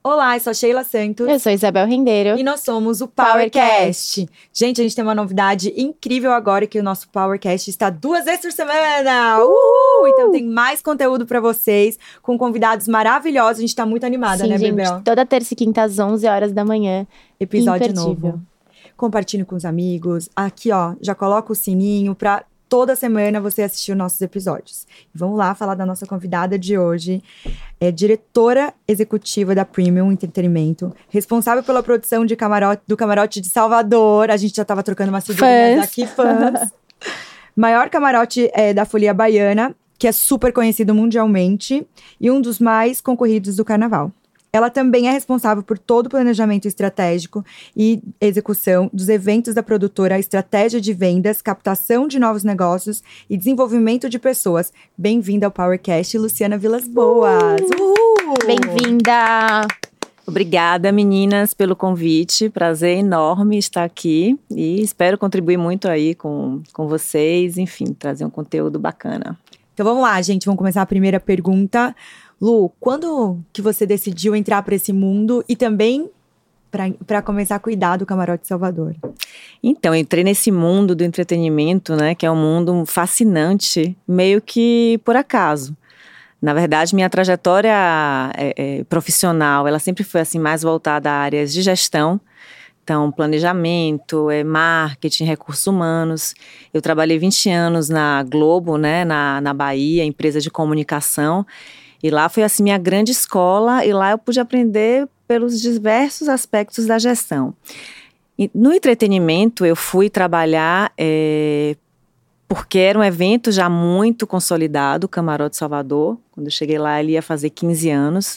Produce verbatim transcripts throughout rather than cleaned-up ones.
Olá, eu sou a Sheila Santos. Eu sou a Isabel Rendeiro. E nós somos o PowerCast. Gente, a gente tem uma novidade incrível agora, que o nosso PowerCast está duas vezes por semana. Uhul! Então tem mais conteúdo pra vocês, com convidados maravilhosos. A gente tá muito animada, Sim, né, gente, Bebel? toda terça e quinta às onze horas da manhã. Episódio Imperdível. novo. Compartilhe com os amigos. Aqui, ó, já coloca o sininho pra toda semana você assistir os nossos episódios. Vamos lá falar da nossa convidada de hoje. É diretora executiva da Premium Entretenimento, responsável pela produção de camarote, do Camarote de Salvador. A gente já estava trocando umas figurinhas Fãs. aqui, fãs. Maior camarote é, da Folia Baiana, que é super conhecido mundialmente e um dos mais concorridos do carnaval. Ela também é responsável por todo o planejamento estratégico e execução dos eventos da produtora, estratégia de vendas, captação de novos negócios e desenvolvimento de pessoas. Bem-vinda ao PowerCast, Luciana Vilas Boas! Uhul! Bem-vinda! Obrigada, meninas, pelo convite. Prazer enorme estar aqui e espero contribuir muito aí com, com vocês. Enfim, trazer um conteúdo bacana. Então vamos lá, gente. Vamos começar a primeira pergunta. Lu, quando que você decidiu entrar para esse mundo e também para começar a cuidar do Camarote de Salvador? Então, eu entrei nesse mundo do entretenimento, né, que é um mundo fascinante, meio que por acaso. Na verdade, minha trajetória é, é, profissional, ela sempre foi assim mais voltada a áreas de gestão. Então, planejamento, é, marketing, recursos humanos. Eu trabalhei vinte anos na Globo, né, na, na Bahia, empresa de comunicação. E lá foi assim minha grande escola e lá eu pude aprender pelos diversos aspectos da gestão. E no entretenimento eu fui trabalhar é, porque era um evento já muito consolidado, o Camarote Salvador. Quando eu cheguei lá ele ia fazer quinze anos.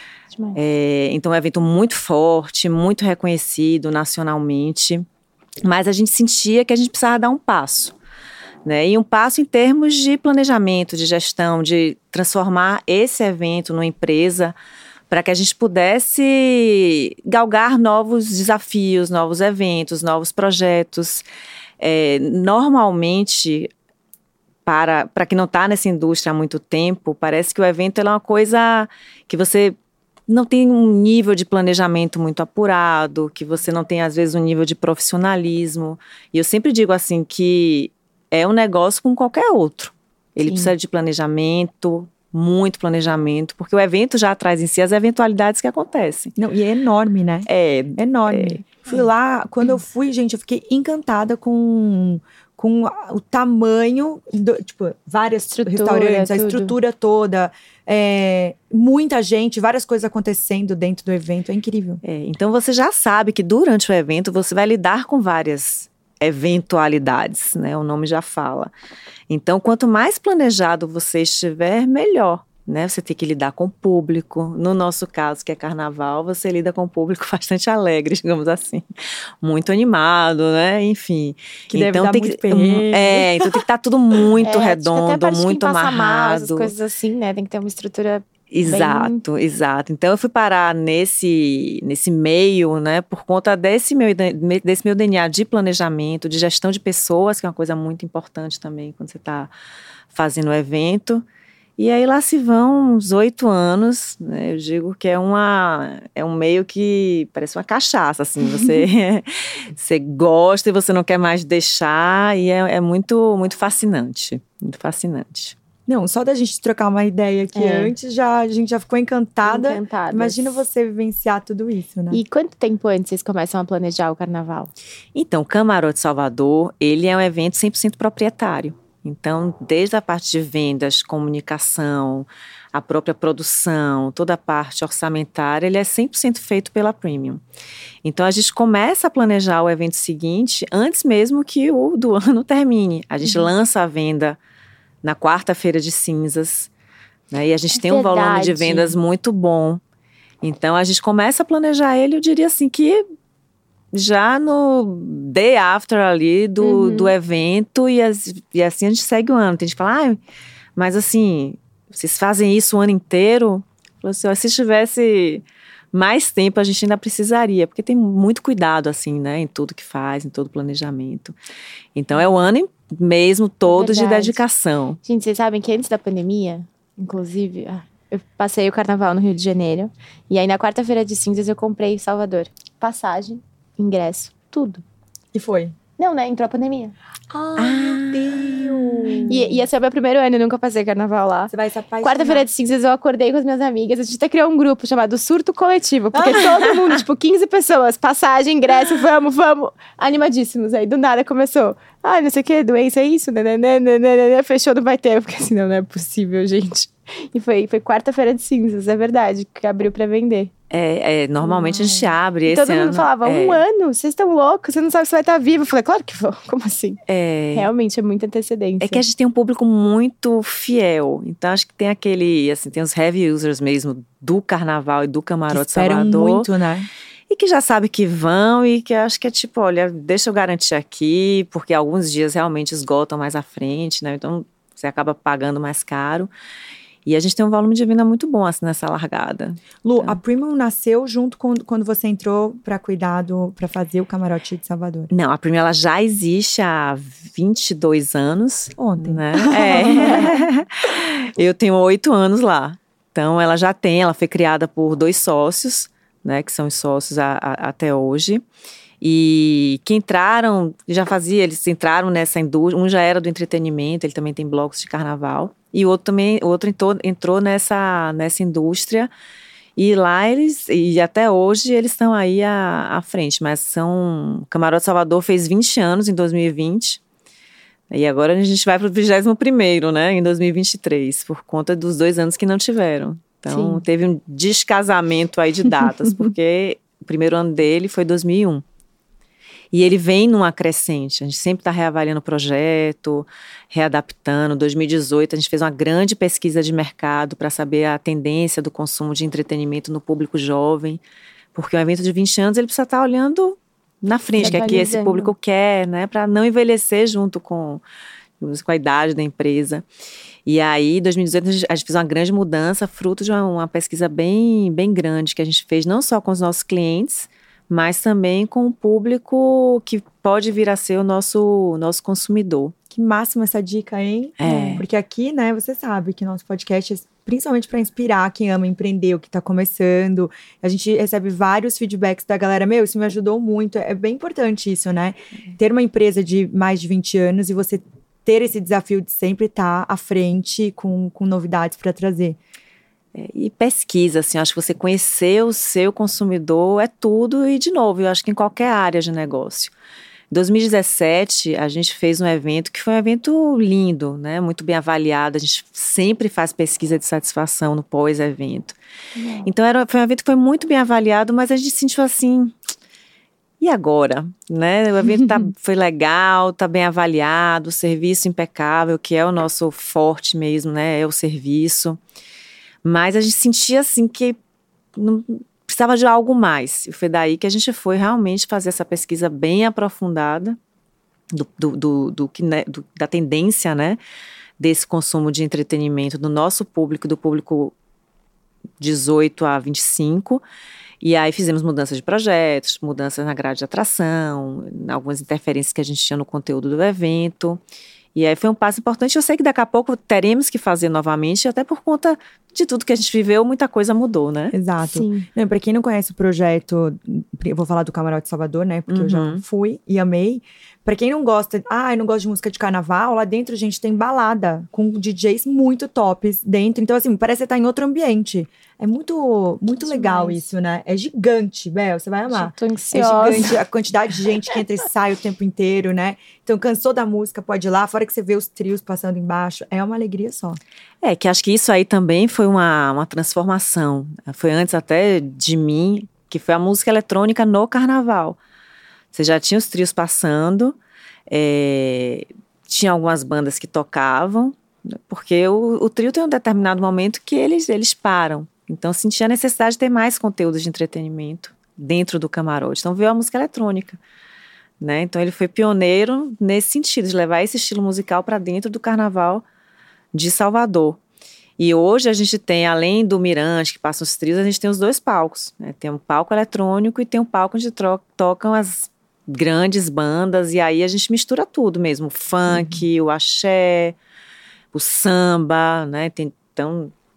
É, então é um evento muito forte, muito reconhecido nacionalmente. Mas a gente sentia que a gente precisava dar um passo. Né? E um passo em termos de planejamento, de gestão, de transformar esse evento numa empresa para que a gente pudesse galgar novos desafios, novos eventos, novos projetos. É, normalmente, para, para quem não está nessa indústria há muito tempo, parece que o evento é uma coisa que você não tem um nível de planejamento muito apurado, que você não tem, às vezes, um nível de profissionalismo. E eu sempre digo assim que é um negócio como qualquer outro. Ele Sim. precisa de planejamento, muito planejamento, porque o evento já traz em si as eventualidades que acontecem. Não, e é enorme, né? É. É enorme. É. Fui lá, quando eu fui, gente, eu fiquei encantada com, com o tamanho, do, tipo, vários estrutura, restaurantes, tudo. A estrutura toda, é, muita gente, várias coisas acontecendo dentro do evento, é incrível. É, então você já sabe que durante o evento você vai lidar com várias eventualidades, né? O nome já fala. Então, quanto mais planejado você estiver, melhor, né? Você tem que lidar com o público. No nosso caso, que é carnaval, você lida com um público bastante alegre, digamos assim. Muito animado, né? Enfim. Que deve então, dar tem muito que, perrengue. É, então tem que estar tudo muito é, redondo, até muito amarrado. Mal, essas coisas assim, né? Tem que ter uma estrutura... Exato, bem... exato. Então eu fui parar nesse, nesse meio, né, por conta desse meu, desse meu D N A de planejamento, de gestão de pessoas, que é uma coisa muito importante também quando você está fazendo o evento. E aí lá se vão uns oito anos, né, eu digo que é, uma, é um meio que parece uma cachaça, assim, você, você gosta e você não quer mais deixar, e é, é muito, muito fascinante, muito fascinante. Não, só da gente trocar uma ideia aqui é. antes, já, a gente já ficou encantada. Encantadas. Imagina você vivenciar tudo isso, né? E quanto tempo antes vocês começam a planejar o carnaval? Então, o Camarote Salvador, ele é um evento cem por cento proprietário. Então, desde a parte de vendas, comunicação, a própria produção, toda a parte orçamentária, ele é cem por cento feito pela Premium. Então, a gente começa a planejar o evento seguinte antes mesmo que o do ano termine. A gente uhum. lança a venda na quarta-feira de cinzas, né? E a gente é tem um verdade. volume de vendas muito bom. Então, a gente começa a planejar ele, eu diria assim, que já no day after ali do, uhum. do evento, e, as, e assim a gente segue o ano. Tem gente que fala, ah, mas assim, vocês fazem isso o ano inteiro? Eu falei assim, se tivesse mais tempo, a gente ainda precisaria, porque tem muito cuidado, assim, né, em tudo que faz, em todo o planejamento. Então, é o ano mesmo todo é de dedicação. Gente, vocês sabem que antes da pandemia, inclusive, ah, eu passei o carnaval no Rio de Janeiro. E aí, na quarta-feira de cinzas, eu comprei Salvador. Passagem, ingresso, tudo. E foi? Não, né? Entrou a pandemia. Ai, meu Deus! E ia ser o meu primeiro ano, eu nunca passei carnaval lá. Você vai se apaixonar. Quarta-feira de cinzas, eu acordei com as minhas amigas. A gente até criou um grupo chamado Surto Coletivo. Porque todo mundo, tipo, quinze pessoas. Passagem, ingresso, vamos, vamos. Animadíssimos. Aí, do nada, começou. Ah, não sei o que, doença é isso? Nananana, fechou, não vai ter. Porque assim, não, não é possível, gente. E foi, foi quarta-feira de cinzas, é verdade, que abriu pra vender. É, é, normalmente Uau. a gente abre E esse todo ano. mundo falava, é, um ano? Vocês estão loucos? Você não sabe se vai estar vivo. Eu falei, claro que vou. Como assim? É, Realmente, é muita antecedência. é que a gente tem um público muito fiel. Então, acho que tem aquele, assim, tem os heavy users mesmo do Carnaval e do Que Camarote esperam Salvador. muito, né? E que já sabe que vão e que acho que é tipo, olha, deixa eu garantir aqui, porque alguns dias realmente esgotam mais à frente, né? Então, você acaba pagando mais caro. E a gente tem um volume de venda muito bom, assim, nessa largada. Lu, Então. a Premium nasceu junto com quando você entrou pra cuidar do, pra fazer o Camarote de Salvador. Não, a Premium, ela já existe há vinte e dois anos. Ontem. Né? É. Eu tenho oito anos lá. Então, ela já tem, ela foi criada por dois sócios, né, que são os sócios a, a, até hoje. E que entraram, já fazia, eles entraram nessa indústria, um já era do entretenimento, ele também tem blocos de carnaval, e o outro também, o outro entrou, entrou nessa, nessa indústria, e lá eles, e até hoje eles estão aí à, à frente, mas são, o Camarote Salvador fez vinte anos em dois mil e vinte, e agora a gente vai para o vigésimo primeiro, né, em dois mil e vinte e três, por conta dos dois anos que não tiveram. Então, Sim. teve um descasamento aí de datas, porque o primeiro ano dele foi dois mil e um. E ele vem numa crescente, a gente sempre está reavaliando o projeto, readaptando. Em dois mil e dezoito, a gente fez uma grande pesquisa de mercado para saber a tendência do consumo de entretenimento no público jovem, porque um evento de vinte anos, ele precisa estar olhando na frente, que é que esse público quer, né, para não envelhecer junto com, com a idade da empresa. E aí, em dois mil e dezoito, a gente fez uma grande mudança, fruto de uma, uma pesquisa bem, bem grande, que a gente fez não só com os nossos clientes, mas também com o público que pode vir a ser o nosso, nosso consumidor. Que máxima essa dica, hein? É. Porque aqui, né, você sabe que nosso podcast é principalmente para inspirar quem ama empreender, o que tá começando. A gente recebe vários feedbacks da galera, meu, isso me ajudou muito. É bem importante isso, né? Ter uma empresa de mais de vinte anos e você ter esse desafio de sempre estar à frente com, com novidades para trazer. E pesquisa, assim, acho que você conhecer o seu consumidor é tudo e, de novo, eu acho que em qualquer área de negócio. Em dois mil e dezessete, a gente fez um evento que foi um evento lindo, né, muito bem avaliado, a gente sempre faz pesquisa de satisfação no pós-evento. Uhum. Então, era, foi um evento que foi muito bem avaliado, mas a gente sentiu assim, e agora? Né? O evento tá, foi legal, tá bem avaliado, o serviço impecável, que é o nosso forte mesmo, né, é o serviço. Mas a gente sentia assim que não, precisava de algo mais. E foi daí que a gente foi realmente fazer essa pesquisa bem aprofundada do, do, do, do, do, da tendência, né, desse consumo de entretenimento do nosso público, do público dezoito a vinte e cinco. E aí fizemos mudanças de projetos, mudanças na grade de atração, algumas interferências que a gente tinha no conteúdo do evento. E aí foi um passo importante. Eu sei que daqui a pouco teremos que fazer novamente, até por conta de tudo que a gente viveu, muita coisa mudou, né? Exato. Para quem não conhece o projeto, eu vou falar do Camarote Salvador, né? Porque uhum. eu já fui e amei. Para quem não gosta, ah, eu não gosto de música de carnaval, lá dentro a gente tem balada com D Js muito tops dentro. Então, assim, parece que você tá em outro ambiente. É muito, muito legal isso, né? É gigante, Bel, você vai amar. Tô ansiosa. É gigante a quantidade de gente que entra e sai o tempo inteiro, né? Então, cansou da música, pode ir lá. Fora que você vê os trios passando embaixo. É uma alegria só. É, que acho que isso aí também foi uma, uma transformação. Foi antes até de mim, que foi a música eletrônica no carnaval. Você já tinha os trios passando, é, tinha algumas bandas que tocavam, porque o, o trio tem um determinado momento que eles, eles param. Então, sentia a necessidade de ter mais conteúdo de entretenimento dentro do camarote. Então, veio a música eletrônica, né? Então, ele foi pioneiro nesse sentido, de levar esse estilo musical para dentro do carnaval de Salvador. E hoje a gente tem, além do Mirante, que passa os trios, a gente tem os dois palcos, né? Tem um palco eletrônico e tem um palco onde tro- tocam as grandes bandas, e aí a gente mistura tudo mesmo, o funk, uhum. o axé, o samba, né? Tem, então,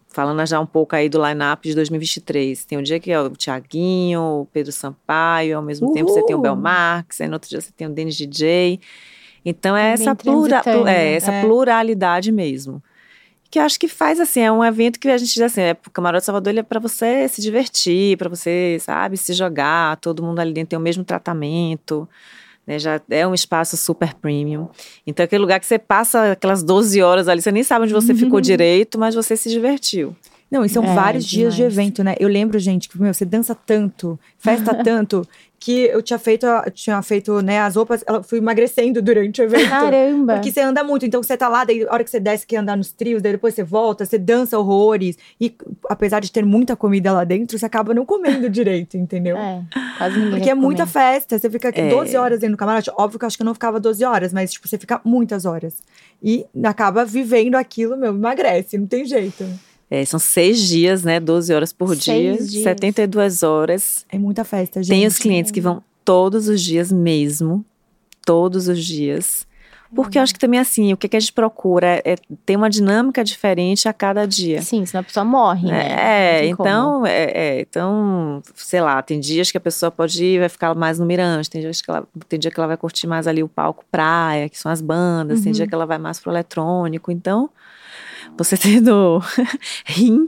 falando já um pouco aí do line-up de dois mil e vinte e três. Tem um dia que é o Thiaguinho, o Pedro Sampaio, ao mesmo Uhul. tempo você tem o Bel Marques, aí no outro dia você tem o Denis D J. Então é, É essa, bem plura, transitando, é essa é. pluralidade mesmo. Que eu acho que faz assim, é um evento que a gente diz assim, é, o Camarote Salvador ele é para você se divertir, para você, sabe, se jogar, todo mundo ali dentro tem o mesmo tratamento, né, já é um espaço super premium. Então é aquele lugar que você passa aquelas doze horas ali, você nem sabe onde você ficou direito, mas você se divertiu. Não, e são É, vários dias de demais. evento, né? Eu lembro, gente, que, meu, você dança tanto, festa tanto, que eu tinha feito, eu tinha feito, né, as roupas, eu fui emagrecendo durante o evento. Caramba! Porque você anda muito, então você tá lá, daí a hora que você desce, quer andar nos trios, daí depois você volta, você dança horrores. E apesar de ter muita comida lá dentro, você acaba não comendo direito, entendeu? É, quase ninguém Porque quer é muita comer. festa, você fica É. doze horas dentro do camarote. Óbvio que eu acho que eu não ficava doze horas, mas tipo, você fica muitas horas. E acaba vivendo aquilo, meu, emagrece, não tem jeito. É, são seis dias, né, doze horas por Seis dia, dias. setenta e duas horas. É muita festa, gente. Tem os clientes que vão todos os dias mesmo, todos os dias. Porque eu acho que também, assim, o que, que a gente procura é ter uma dinâmica diferente a cada dia. Sim, senão a pessoa morre, né? É, Não tem como. então, é, é, então, sei lá, tem dias que a pessoa pode ir, vai ficar mais no Mirante, tem dias que ela, tem dia que ela vai curtir mais ali o palco praia, que são as bandas, tem dia que ela vai mais pro eletrônico, então, você tendo rim,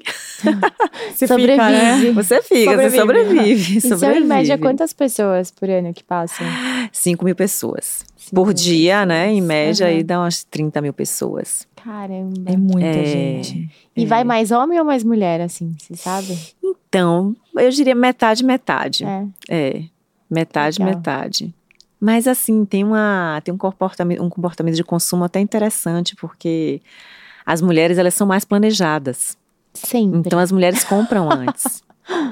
Você Sobrevive. fica, né? você fica, você sobrevive, E são, sobrevive. em média, quantas pessoas por ano que passam? cinco mil pessoas. Cinco Por mil dia, pessoas. né, em média, Aham. aí dá umas trinta mil pessoas. Caramba. É muita É. gente. E vai mais homem ou mais mulher, assim, você sabe? Então, eu diria metade, metade. É. É, metade, Legal. metade. Mas assim, tem, uma, tem um, comportamento, um comportamento de consumo até interessante, porque as mulheres, elas são mais planejadas. Sempre. Então, as mulheres compram antes.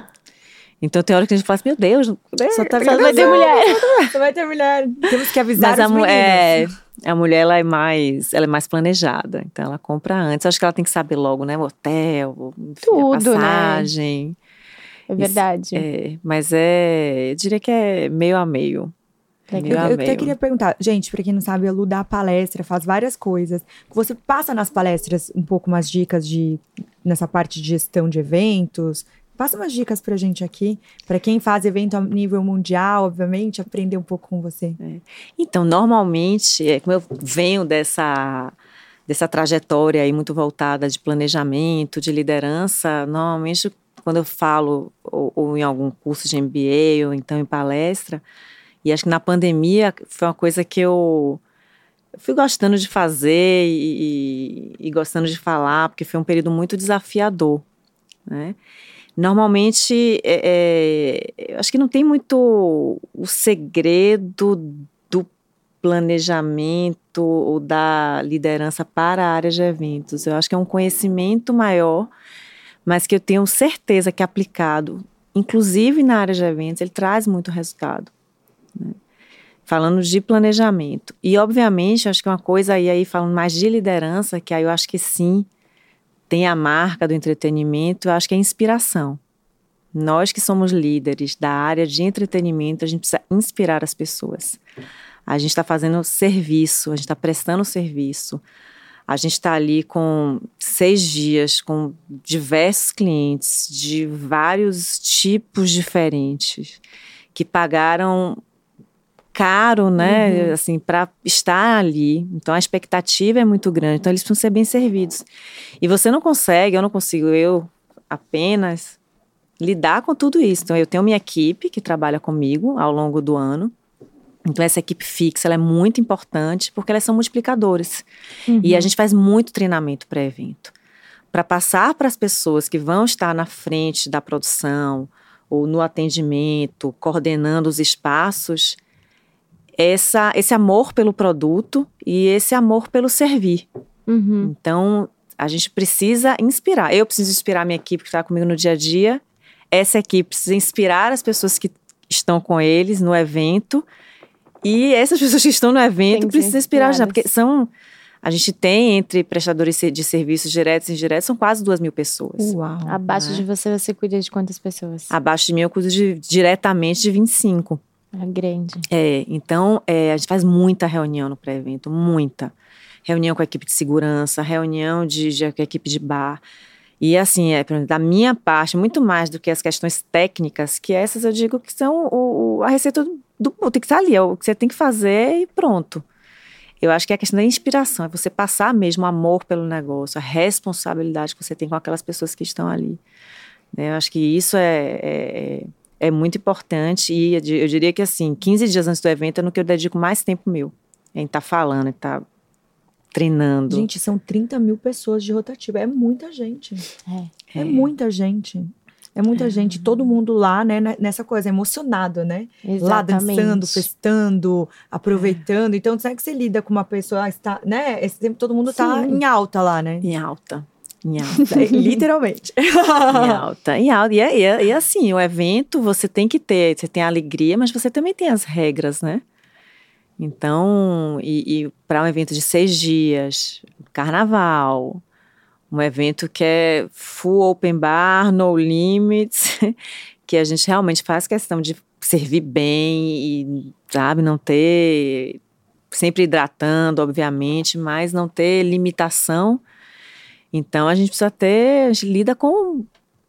Então, tem hora que a gente fala assim, meu Deus, Só tá Só vai ter mulher. Você vai ter mulher. Temos que avisar mas a, os mu- meninos. é, a mulher, ela é, mais, ela é mais planejada. Então, ela compra antes. Acho que ela tem que saber logo, né, o hotel, enfim, Tudo, a né? passagem. É verdade. É, mas é, eu diria que é meio a meio. Legal. Meio Eu, a eu até meio. queria perguntar, gente, pra quem não sabe, a Lu dá palestra, faz várias coisas. Você passa nas palestras um pouco umas dicas de nessa parte de gestão de eventos? Passa umas dicas pra gente aqui, pra quem faz evento a nível mundial, obviamente, aprender um pouco com você. Então, normalmente, é, como eu venho dessa, dessa trajetória aí muito voltada de planejamento, de liderança, normalmente quando eu falo ou, ou em algum curso de M B A ou então em palestra, e acho que na pandemia foi uma coisa que eu, eu fui gostando de fazer e, e, e gostando de falar, porque foi um período muito desafiador, né? Normalmente, é, é, eu acho que não tem muito o segredo do planejamento ou da liderança para a área de eventos. Eu acho que é um conhecimento maior, mas que eu tenho certeza que aplicado, inclusive na área de eventos, ele traz muito resultado, né? Falando de planejamento. E, obviamente, acho que uma coisa aí, aí falando mais de liderança, que aí eu acho que sim, tem a marca do entretenimento, eu acho que é inspiração. Nós que somos líderes da área de entretenimento, a gente precisa inspirar as pessoas. A gente está fazendo serviço, a gente está prestando serviço. A gente está ali com seis dias, com diversos clientes de vários tipos diferentes, que pagaram caro, né, uhum. assim, para estar ali. Então, a expectativa é muito grande. Então, eles precisam ser bem servidos. E você não consegue, eu não consigo, eu apenas lidar com tudo isso. Então, eu tenho minha equipe que trabalha comigo ao longo do ano. Então, essa equipe fixa, ela é muito importante porque elas são multiplicadores. Uhum. E a gente faz muito treinamento pré-evento para passar para as pessoas que vão estar na frente da produção ou no atendimento, coordenando os espaços, essa, esse amor pelo produto e esse amor pelo servir. Uhum. Então, a gente precisa inspirar. Eu preciso inspirar a minha equipe que está comigo no dia a dia. Essa equipe precisa inspirar as pessoas que estão com eles no evento. E essas pessoas que estão no evento precisam inspirar já, porque são... A gente tem, entre prestadores de serviços diretos e indiretos, são quase duas mil pessoas. Uau! Abaixo né? de você, você cuida de quantas pessoas? Abaixo de mim, eu cuido de, diretamente de vinte e cinco. É grande. É, então, é, a gente faz muita reunião no pré-evento, muita. Reunião com a equipe de segurança, reunião de, de, com a equipe de bar. E assim, é, da minha parte, muito mais do que as questões técnicas, que essas eu digo que são o, o, a receita do, do tem que estar ali, é o que você tem que fazer e pronto. Eu acho que é a questão da inspiração, é você passar mesmo o amor pelo negócio, a responsabilidade que você tem com aquelas pessoas que estão ali. Eu acho que isso é, é, é muito importante e eu diria que assim, quinze dias antes do evento é no que eu dedico mais tempo meu, em estar falando, em estar treinando. Gente, são trinta mil pessoas de rotativa, é muita gente. É, é muita gente. É muita é. gente, todo mundo lá, né, nessa coisa, emocionado, né? Exatamente. Lá dançando, festando, aproveitando. É. Então, será que você lida com uma pessoa, está, né? Esse tempo todo mundo Sim. tá em alta lá, né? Em alta. Em alta. Literalmente. Em alta, em alta. E, e, e assim, o evento você tem que ter, você tem a alegria, mas você também tem as regras, né? Então, e, e para um evento de seis dias, carnaval, um evento que é full open bar, no limits, que a gente realmente faz questão de servir bem e, sabe, não ter, sempre hidratando, obviamente, mas não ter limitação. Então, a gente precisa ter, a gente lida com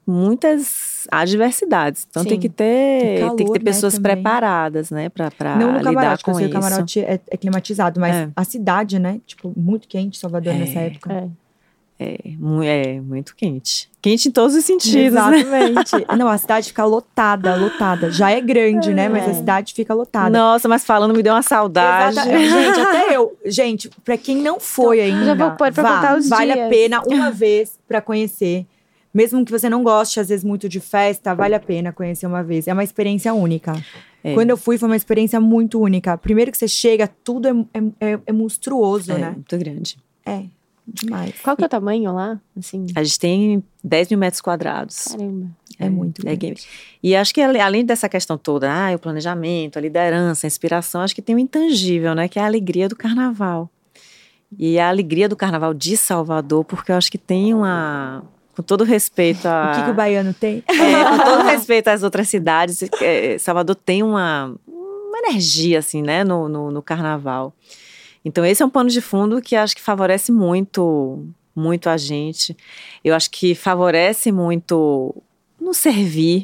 muitas adversidades. Então, Sim. tem que ter, calor, tem que ter pessoas né, preparadas, né, para lidar Não no camarote, com eu sei, isso. O camarote é, é climatizado, mas é. a cidade, né, tipo, muito quente, Salvador, é. nessa época. É. É, é, muito quente. Quente em todos os sentidos, Exatamente. né? Não, a cidade fica lotada, lotada. Já é grande, é. né? Mas a cidade fica lotada. Nossa, mas falando me deu uma saudade. Exato. Gente, até eu. Gente, pra quem não foi então, ainda, já vou pôr pra vá, contar os vale dias. a pena uma vez pra conhecer. Mesmo que você não goste, às vezes, muito de festa, vale a pena conhecer uma vez. É uma experiência única. É. Quando eu fui, foi uma experiência muito única. Primeiro que você chega, tudo é, é, é monstruoso, é, né? Muito grande. É. Demais. Qual que é o tamanho lá? Assim? A gente tem dez mil metros quadrados. Caramba. É, é muito é grande. E acho que além dessa questão toda, ah, o planejamento, a liderança, a inspiração, acho que tem um intangível, né? Que é a alegria do carnaval. E a alegria do carnaval de Salvador, porque eu acho que tem uma... Com todo respeito a... O que, que o baiano tem? É, com todo respeito às outras cidades, é, Salvador tem uma, uma energia, assim, né? No, no, no carnaval. Então, esse é um pano de fundo que acho que favorece muito, muito a gente. Eu acho que favorece muito no servir.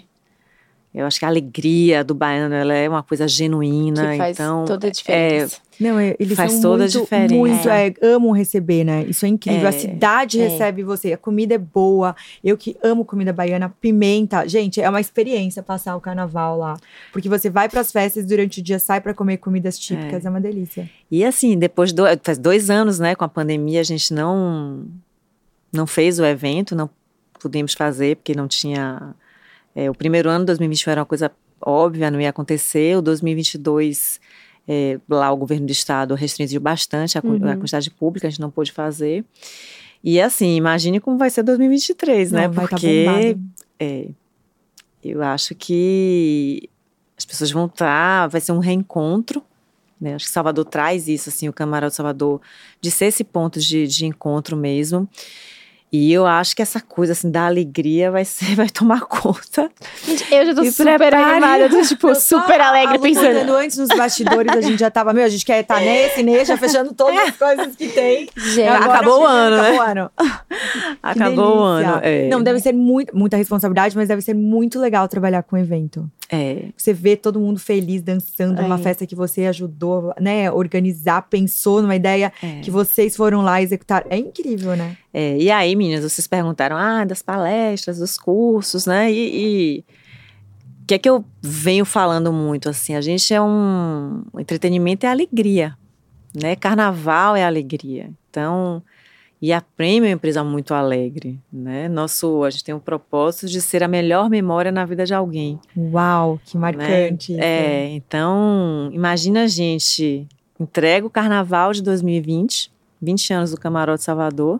Eu acho que a alegria do baiano, ela é uma coisa genuína. Que faz então, toda a diferença. É, Não, eles faz são toda muito, a diferença. muito, é, amam receber, né? Isso é incrível. É, a cidade é. recebe você, a comida é boa. Eu que amo comida baiana, pimenta. Gente, é uma experiência passar o carnaval lá. Porque você vai pras festas durante o dia, sai pra comer comidas típicas, é, é uma delícia. E assim, depois do, faz dois anos, né, com a pandemia, a gente não, não fez o evento, não pudemos fazer, porque não tinha... É, o primeiro ano, dois mil e vinte e um, era uma coisa óbvia, não ia acontecer. O dois mil e vinte e dois, é, lá o governo do estado restringiu bastante a, uhum. a quantidade pública, a gente não pôde fazer. E assim, imagine como vai ser dois mil e vinte e três, não, né? Vai Porque tá é, eu acho que as pessoas vão estar, vai ser um reencontro, né? Acho que Salvador traz isso, assim, o Camarote Salvador, de ser esse ponto de, de encontro mesmo. E eu acho que essa coisa, assim, da alegria vai ser, vai tomar conta. Gente, eu já tô super prepare. animada, eu tô, tipo, eu super alegre pensando. Antes nos bastidores, a gente já tava, meu, a gente quer estar nesse, nesse, já fechando todas as coisas que tem. Gente, acabou o ano, né? Acabou o ano. Acabou o ano. É. Não, deve ser muito, muita responsabilidade, mas deve ser muito legal trabalhar com evento. É. Você vê todo mundo feliz, dançando, numa é. festa que você ajudou, né, organizar, pensou numa ideia é. que vocês foram lá executar. É incrível, né? É, e aí, meninas, vocês perguntaram, ah, das palestras, dos cursos, né, e... o que é que eu venho falando muito, assim, a gente é um... O entretenimento é alegria, né, carnaval é alegria, então... E a Prêmio é uma empresa muito alegre, né, nosso... A gente tem um propósito de ser a melhor memória na vida de alguém. Uau, que marcante. Né? É, então, imagina a gente entrega o carnaval de dois mil e vinte, vinte anos do Camarote Salvador,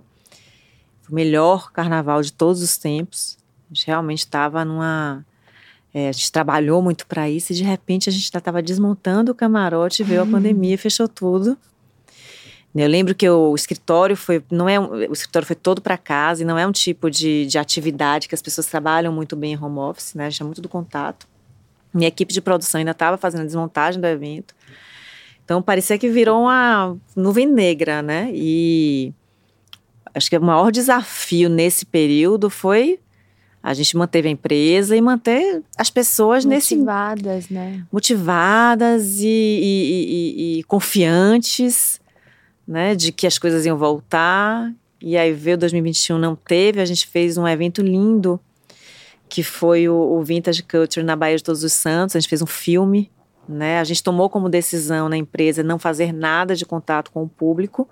o melhor carnaval de todos os tempos. A gente realmente estava numa... É, a gente trabalhou muito para isso e de repente a gente estava desmontando o camarote, veio hum. a pandemia e fechou tudo. Eu lembro que o escritório foi... Não é um, o escritório foi todo para casa e não é um tipo de, de atividade que as pessoas trabalham muito bem em home office, né? A gente é muito do contato. Minha equipe de produção ainda estava fazendo a desmontagem do evento. Então parecia que virou uma nuvem negra, né? E... acho que o maior desafio nesse período foi a gente manteve a empresa e manter as pessoas motivadas, nesse... né? Motivadas e, e, e, e confiantes, né? De que as coisas iam voltar. E aí veio dois mil e vinte e um, não teve. A gente fez um evento lindo, que foi o, o Vintage Culture na Baía de Todos os Santos. A gente fez um filme, né? A gente tomou como decisão na empresa não fazer nada de contato com o público,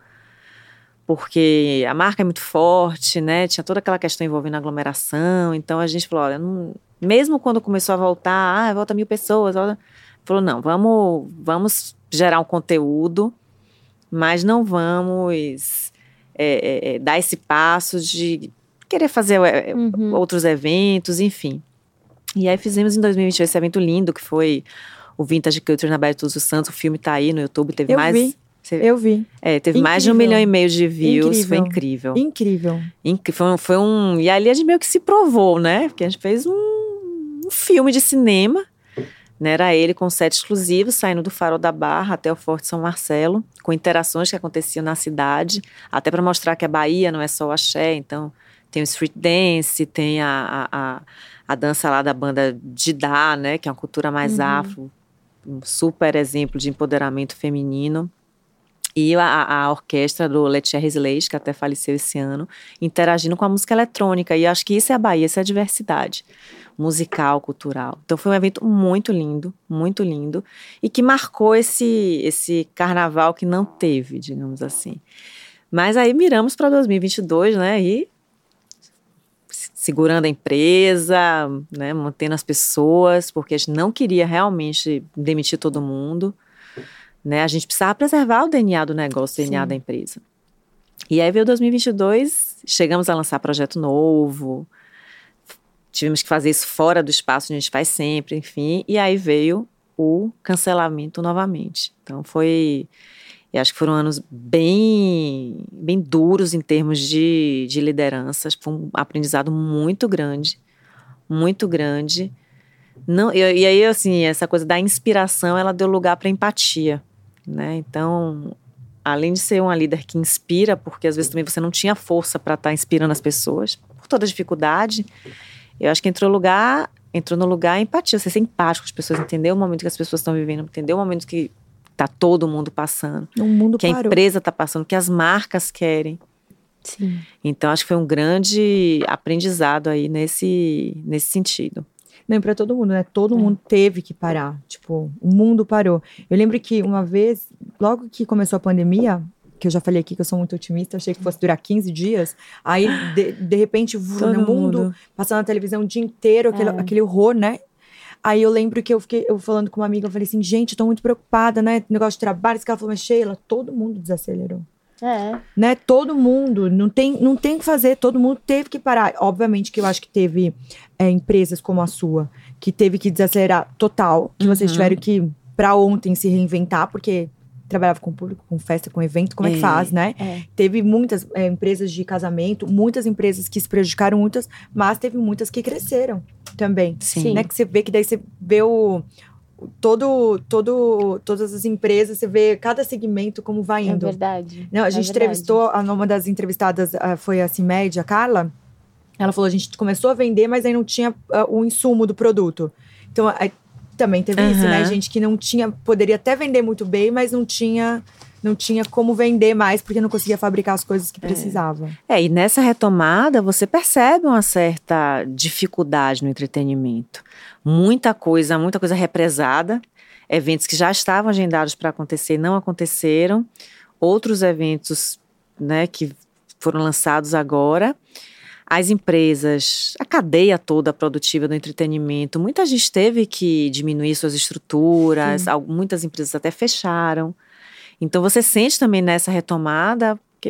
porque a marca é muito forte, né? Tinha toda aquela questão envolvendo aglomeração. Então a gente falou, olha, não, mesmo quando começou a voltar, ah, volta mil pessoas, volta, falou, não, vamos, vamos gerar um conteúdo, mas não vamos é, é, é, dar esse passo de querer fazer é, Uhum. outros eventos, enfim. E aí fizemos em dois mil e vinte e um esse evento lindo, que foi o Vintage Culture na Baía de Todos os Santos. O filme tá aí no YouTube, teve Eu mais... vi. Você... Eu vi. É, teve Incrível. mais de um milhão e meio de views, Incrível. foi incrível. Incrível. Inc... Foi, um, foi um... E ali a gente meio que se provou, né? Porque a gente fez um, um filme de cinema, né? Era ele com set exclusivo, saindo do Farol da Barra até o Forte São Marcelo, com interações que aconteciam na cidade, até para mostrar que a Bahia não é só o axé, então tem o street dance, tem a, a, a, a dança lá da banda Didá, né? Que é uma cultura mais Uhum. afro, um super exemplo de empoderamento feminino. E a, a orquestra do Letcher Slade, que até faleceu esse ano, interagindo com a música eletrônica. E acho que isso é a Bahia, isso é a diversidade musical, cultural. Então foi um evento muito lindo, muito lindo. E que marcou esse, esse carnaval que não teve, digamos assim. Mas aí miramos para dois mil e vinte e dois, né? E segurando a empresa, né? Mantendo as pessoas, porque a gente não queria realmente demitir todo mundo. Né, a gente precisava preservar o D N A do negócio, o D N A Sim. da empresa. E aí veio dois mil e vinte e dois, chegamos a lançar projeto novo, tivemos que fazer isso fora do espaço que a gente faz sempre, enfim, e aí veio o cancelamento novamente. Então foi, eu acho que foram anos bem, bem duros em termos de, de lideranças, foi um aprendizado muito grande, muito grande. Não, e, e aí, assim, essa coisa da inspiração, ela deu lugar para empatia. Né? Então, além de ser uma líder que inspira, porque às vezes também você não tinha força para estar tá inspirando as pessoas, por toda a dificuldade, eu acho que entrou, lugar, entrou no lugar a empatia, você ser empático com as pessoas, entender o momento que as pessoas estão vivendo, entender o momento que está todo mundo passando, O mundo que parou. a empresa está passando, que as marcas querem. Sim. Então, acho que foi um grande aprendizado aí nesse, nesse sentido. Não, e pra todo mundo, né? Todo É. mundo teve que parar. Tipo, o mundo parou. Eu lembro que uma vez, logo que começou a pandemia, que eu já falei aqui que eu sou muito otimista, achei que fosse durar quinze dias. Aí, de, de repente, Todo no mundo, mundo. passando na televisão o dia inteiro, aquele, É. aquele horror, né? Aí eu lembro que eu fiquei eu falando com uma amiga, eu falei assim, gente, eu tô muito preocupada, né? Negócio de trabalho, esse cara falou, mas Sheila, todo mundo desacelerou. É. Né, todo mundo, não tem, não tem o que fazer, todo mundo teve que parar. Obviamente que eu acho que teve é, empresas como a sua, que teve que desacelerar total, que vocês Uhum. tiveram que, pra ontem, se reinventar, porque trabalhava com público, com festa, com evento, como é, é que faz, né? É. Teve muitas é, empresas de casamento, muitas empresas que se prejudicaram, muitas, mas teve muitas que cresceram também. Sim. Né, que você vê que daí você vê o... Todo, todo, todas as empresas, você vê cada segmento como vai É indo. verdade. Não, a É gente verdade. entrevistou, a- uma das entrevistadas ah, foi a Cimed, a Carla. Ela falou, a gente começou a vender, mas aí não tinha ah, o insumo do produto. Então, aí, também teve isso, Aham. né? Gente que não tinha, poderia até vender muito bem, mas não tinha, não tinha como vender mais, porque não conseguia fabricar as coisas que precisava. É, e nessa retomada você percebe uma certa dificuldade no entretenimento. Muita coisa, muita coisa represada. Eventos que já estavam agendados para acontecer não aconteceram. Outros eventos, né, que foram lançados agora. As empresas, a cadeia toda produtiva do entretenimento, muita gente teve que diminuir suas estruturas, Sim. al- muitas empresas até fecharam. Então você sente também nessa retomada que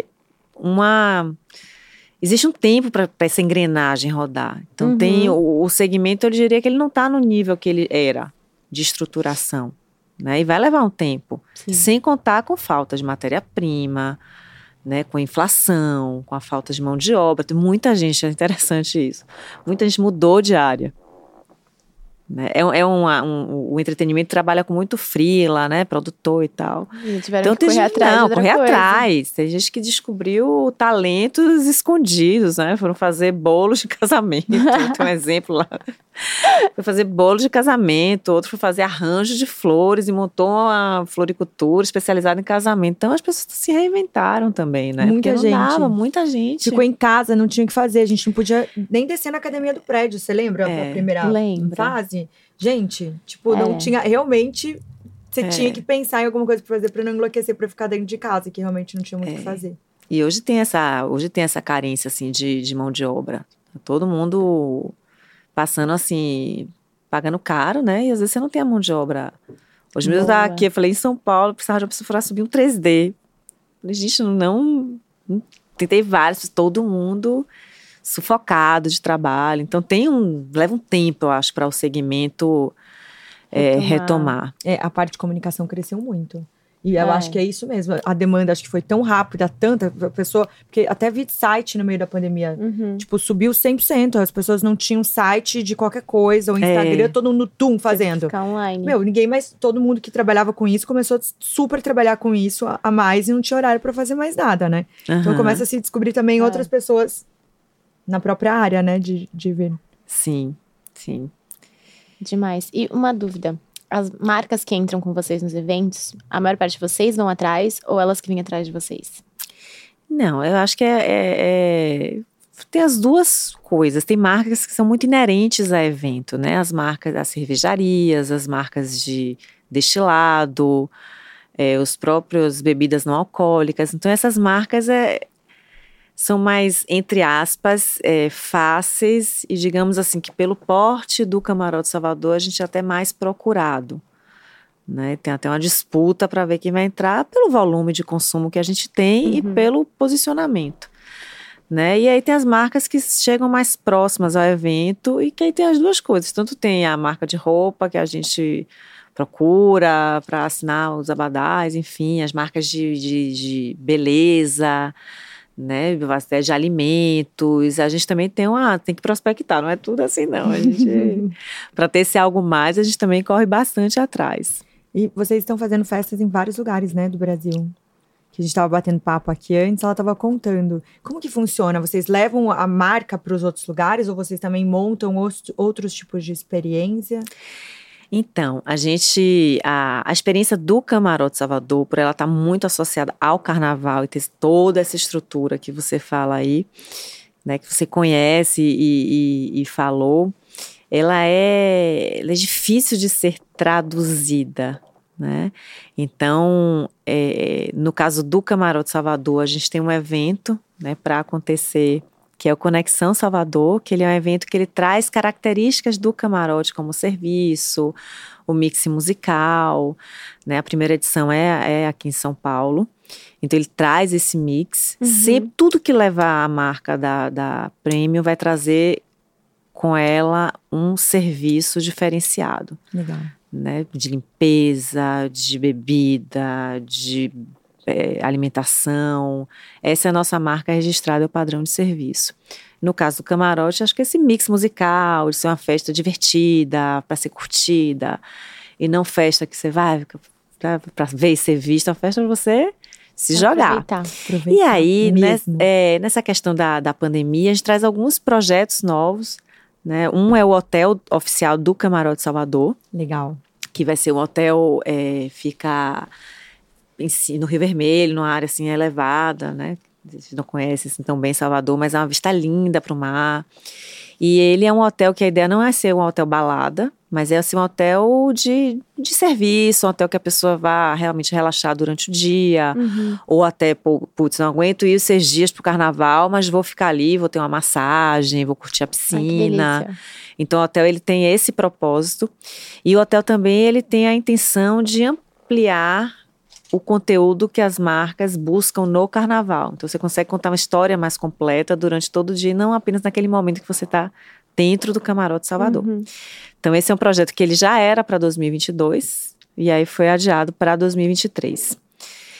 uma... Existe um tempo para essa engrenagem rodar. Então Uhum. tem o, o segmento, eu diria que ele não está no nível que ele era de estruturação. Né? E vai levar um tempo. Sim. Sem contar com falta de matéria-prima, né, com a inflação, com a falta de mão de obra. Tem muita gente, é interessante isso. Muita gente mudou de área. Né? É, é uma, um, o entretenimento trabalha com muito freela, né? Produtor e tal. E tiveram Então que tem correr gente, atrás de não, outra correr coisa. atrás. Tem gente que descobriu talentos escondidos, né? Foram fazer bolos de casamento. Tem um exemplo lá. Foi fazer bolo de casamento, outro foi fazer arranjo de flores e montou uma floricultura especializada em casamento. Então as pessoas se reinventaram também, né? Muita Porque não gente. dava, muita gente. Ficou em casa, não tinha o que fazer. A gente não podia nem descer na academia do prédio. Você lembra É, a primeira lembro. fase? Gente, tipo, É. não tinha. Realmente, você É. tinha que pensar em alguma coisa pra fazer pra não enlouquecer, pra ficar dentro de casa, que realmente não tinha muito o É. que fazer. E hoje tem essa, hoje tem essa carência assim, de, de mão de obra. Todo mundo passando assim, pagando caro, né? E às vezes você não tem a mão de obra. Hoje mesmo eu Boa. estava aqui, eu falei, em São Paulo, precisava de uma pessoa para subir um três D. Eu falei, gente, não, não. Tentei vários, todo mundo sufocado de trabalho. Então tem um. Leva um tempo, eu acho, para o segmento é, Retomar. retomar. É, a parte de comunicação cresceu muito. E eu É. acho que é isso mesmo. A demanda acho que foi tão rápida, tanta a pessoa. Porque até vi site no meio da pandemia. Uhum. Tipo, subiu cem por cento. As pessoas não tinham site de qualquer coisa, ou Instagram, É. todo mundo tum fazendo. Ficar online. Meu, ninguém mais, todo mundo que trabalhava com isso começou a super trabalhar com isso a, a mais e não tinha horário pra fazer mais nada, né? Então Aham. começa a se descobrir também É. outras pessoas na própria área, né, de, de ver. Sim, sim. Demais. E uma dúvida. As marcas que entram com vocês nos eventos, a maior parte de vocês vão atrás ou elas que vêm atrás de vocês? Não, eu acho que é, é- é- tem as duas coisas. Tem marcas que são muito inerentes a evento, né? As marcas, as cervejarias, as marcas de destilado, é, os próprios bebidas não alcoólicas. Então essas marcas é, são mais, entre aspas, é, fáceis e digamos assim que pelo porte do Camarote Salvador a gente é até mais procurado. Né? Tem até uma disputa para ver quem vai entrar pelo volume de consumo que a gente tem Uhum. e pelo posicionamento. Né? E aí tem as marcas que chegam mais próximas ao evento e que aí tem as duas coisas. Tanto tem a marca de roupa que a gente procura para assinar os abadás, enfim, as marcas de, de, de beleza, né, até de alimentos. A gente também tem uma, tem que prospectar, não é tudo assim não. A gente, para ter esse algo mais, a gente também corre bastante atrás. E vocês estão fazendo festas em vários lugares, né, do Brasil. Que a gente estava batendo papo aqui antes, ela estava contando. Como que funciona? Vocês levam a marca para os outros lugares ou vocês também montam os, outros tipos de experiência? Então, a gente, a, a experiência do Camarote Salvador, por ela estar muito associada ao carnaval e ter toda essa estrutura que você fala aí, né, que você conhece e, e, e falou, ela é, ela é difícil de ser traduzida, né? Então, é, no caso do Camarote Salvador, a gente tem um evento, né, para acontecer, que é o Conexão Salvador, que ele é um evento que ele traz características do camarote, como o serviço, o mix musical, né? A primeira edição é, é aqui em São Paulo, então ele traz esse mix. Uhum. Sempre, tudo que levar a marca da, da Premium vai trazer com ela um serviço diferenciado. Legal. Né? De limpeza, de bebida, de É, alimentação. Essa é a nossa marca registrada, é o padrão de serviço. No caso do camarote, acho que esse mix musical, de ser uma festa divertida, para ser curtida, e não festa que você vai para ver e ser vista, uma festa para você se jogar. Aproveitar. Aproveitar E aí, nessa, mesmo. é, nessa questão da, da pandemia, a gente traz alguns projetos novos, né? Um é o hotel oficial do Camarote Salvador, Legal. que vai ser um hotel, é, fica em si, no Rio Vermelho, numa área assim elevada, né? Vocês não conhecem assim, tão bem Salvador, mas é uma vista linda para o mar. E ele é um hotel que a ideia não é ser um hotel balada, mas é assim, um hotel de, de serviço, um hotel que a pessoa vá realmente relaxar durante o dia, Uhum. ou até, putz, não aguento ir seis dias pro carnaval, mas vou ficar ali, vou ter uma massagem, vou curtir a Ai, que piscina. delícia. Então o hotel ele tem esse propósito, e o hotel também ele tem a intenção de ampliar o conteúdo que as marcas buscam no carnaval. Então você consegue contar uma história mais completa durante todo o dia, não apenas naquele momento que você está dentro do Camarote Salvador. Uhum. Então esse é um projeto que ele já era para dois mil e vinte e dois e aí foi adiado para dois mil e vinte e três.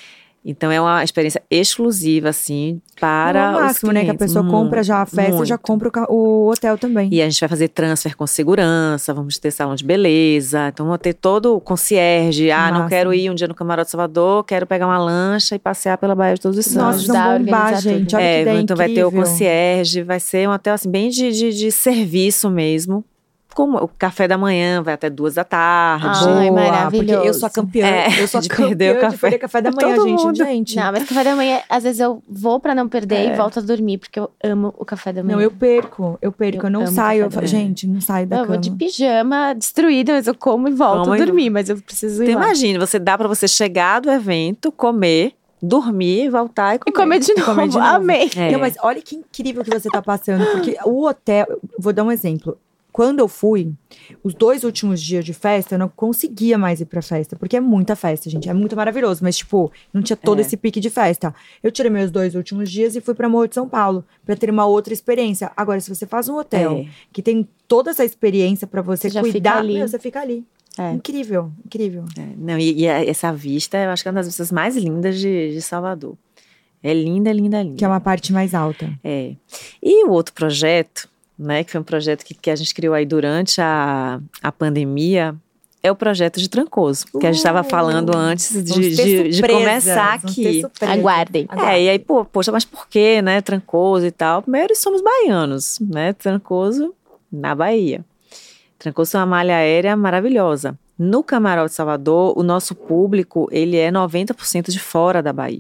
Então é uma experiência exclusiva, assim, para no máximo, os né? Que a clientes. pessoa Muito, compra já a festa muito. e já compra o, ca- o hotel também. E a gente vai fazer transfer com segurança, vamos ter salão de beleza, então vamos ter todo o concierge. Ah, não Massa. quero ir um dia no Camarote Salvador, quero pegar uma lancha e passear pela Baía de Todos os Nossa, Santos. vão ajudar a bombar, organizar gente. tudo. Olha É, que ideia então vai ter o incrível. concierge, vai ser um hotel assim, bem de, de, de serviço mesmo. Como o café da manhã vai até duas da tarde. Ai, Boa, maravilhoso. Porque eu sou a campeã. É, eu sou a de campeã perder o de café. perder café da manhã, Todo gente. mundo. gente. Não, mas café da manhã, às vezes eu vou pra não perder É. e volto a dormir, porque eu amo o café da manhã. Não, eu perco. Eu perco. Eu, Eu não amo saio. Eu café da fa- manhã. gente, não saio da eu cama. vou de pijama, destruída, mas eu como e volto Como a e- dormir, mas eu preciso ir Então lá. imagine, você dá pra você chegar do evento, comer, dormir, voltar e comer. E comer de novo, comer de novo. amei. É. Não, mas olha que incrível que você tá passando. Porque o hotel... Vou dar um exemplo. Quando eu fui, os dois últimos dias de festa, eu não conseguia mais ir pra festa. Porque é muita festa, gente. É muito maravilhoso. Mas, tipo, não tinha todo É. esse pique de festa. Eu tirei meus dois últimos dias e fui pra Morro de São Paulo. Pra ter uma outra experiência. Agora, se você faz um hotel É. que tem toda essa experiência pra você Você já fica cuidar... ali. Meu, você fica ali. É. Incrível, incrível. É, não, e, e a- essa vista, eu acho que é uma das vistas mais lindas de, de Salvador. É linda, linda, linda. Que é uma parte mais alta. É. E o outro projeto, né, que foi um projeto que, que a gente criou aí durante a, a pandemia, é o projeto de Trancoso, que a gente estava Uh, falando antes de, Vamos ter de, de surpresas, começar vamos ter aqui. surpresas. Aguardem. É, e aí, pô, poxa, mas por que, né, Trancoso e tal? Primeiro, somos baianos, né, Trancoso na Bahia. Trancoso é uma malha aérea maravilhosa. No Camarote Salvador, o nosso público, ele é noventa por cento de fora da Bahia.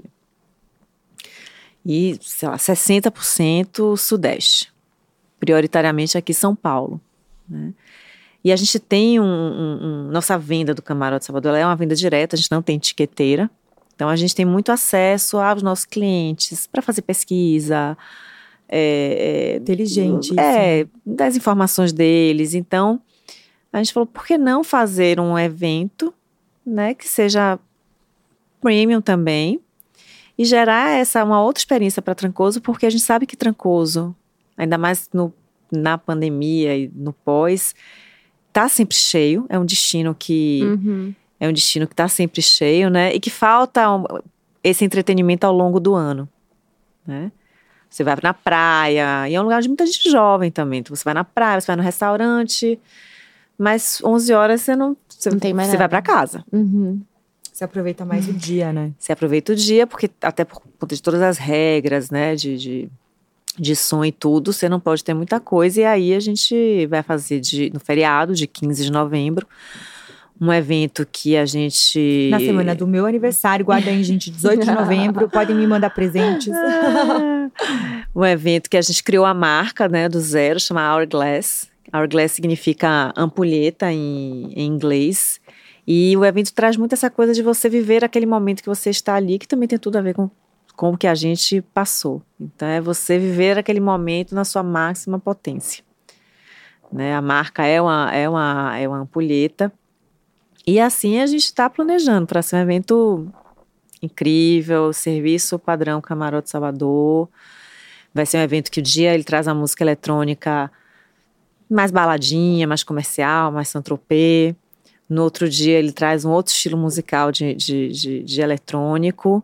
E, sei lá, sessenta por cento Sudeste. Prioritariamente aqui São Paulo, né? E a gente tem um, um, um- nossa venda do Camarote Salvador, ela é uma venda direta, a gente não tem etiqueteira. Então a gente tem muito acesso aos nossos clientes para fazer pesquisa, é, é, Inteligente é, das informações deles. Então a gente falou, por que não fazer um evento, né, que seja premium também e gerar essa uma outra experiência para Trancoso, porque a gente sabe que Trancoso, ainda mais no, na pandemia e no pós, tá sempre cheio. É um destino que Uhum. é um destino que está sempre cheio, né? E que falta um- esse entretenimento ao longo do ano, né? Você vai na praia, e é um lugar de muita gente jovem também. Então você vai na praia, você vai no restaurante, mas onze horas você não, você, Não tem mais você vai nada. para casa. Uhum. Você aproveita mais o dia, né? Você aproveita o dia, porque até por conta de todas as regras, né, de, de, de som e tudo, você não pode ter muita coisa. E aí a gente vai fazer de, no feriado, de quinze de novembro, um evento que a gente... Na semana do meu aniversário, guarda aí, gente, dezoito de novembro, podem me mandar presentes. um evento que a gente criou a marca, né, do zero, chama Hourglass. Hourglass significa ampulheta em, em inglês. E o evento traz muito essa coisa de você viver aquele momento que você está ali, que também tem tudo a ver com, com o que a gente passou. Então, é você viver aquele momento na sua máxima potência. Né? A marca é uma, é, uma, é uma ampulheta. E assim a gente está planejando para ser um evento incrível, serviço padrão Camarote Salvador. Vai ser um evento que o dia ele traz a música eletrônica mais baladinha, mais comercial, mais Saint-Tropez. No outro dia ele traz um outro estilo musical de, de, de, de eletrônico.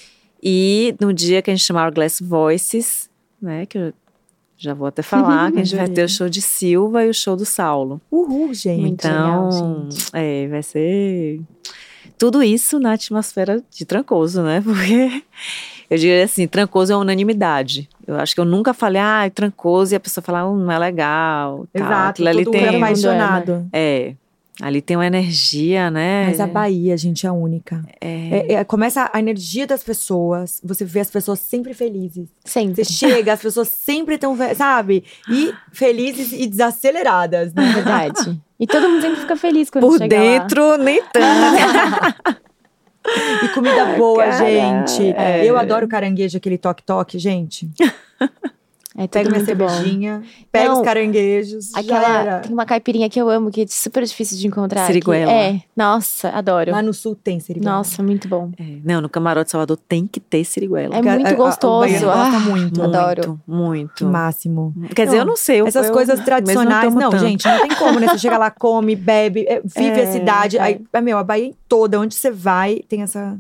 E no dia que a gente chama Hourglass Voices, né, que eu já vou até falar, que a gente vai ter o show de Silva e o show do Saulo. Uhul, gente. Muito Então, legal, gente. é, vai ser tudo isso na atmosfera de Trancoso, né? Porque eu diria assim, Trancoso é unanimidade. Eu acho que eu nunca falei, ah, Trancoso, e a pessoa fala, oh, não é legal. Tal. Exato, Aquilo ali todo tem, mundo é apaixonado. é, ali tem uma energia, né? Mas a Bahia, gente, é única. É, é, começa a energia das pessoas, você vê as pessoas sempre felizes. Sempre. Você chega, as pessoas sempre estão, sabe? E felizes e desaceleradas, É né? verdade. E todo mundo sempre fica feliz quando Por chega dentro, nem tanto. E comida boa, Cara, gente. é. Eu adoro caranguejo, aquele toque-toque, gente. lá. É Pega tudo minha muito bom. cervejinha, pega Não, os caranguejos. já Aquela, era. tem uma caipirinha que eu amo, que é super difícil de encontrar. Siriguela. Que, é, nossa, adoro. Lá no sul tem siriguela. Nossa, muito bom. É, não, no Camarote Salvador tem que ter siriguela. É Porque a- muito a- a- o gostoso. baiano gosta Ah, muito. adoro. Muito, Que muito. máximo. Quer dizer, eu não sei. eu- Essas eu- coisas mas tradicionais, tomo não, tanto. gente, não tem como, né? Você chega lá, come, bebe, é, vive É, a cidade. é. Aí, é, meu, a Bahia toda, onde você vai, tem essa,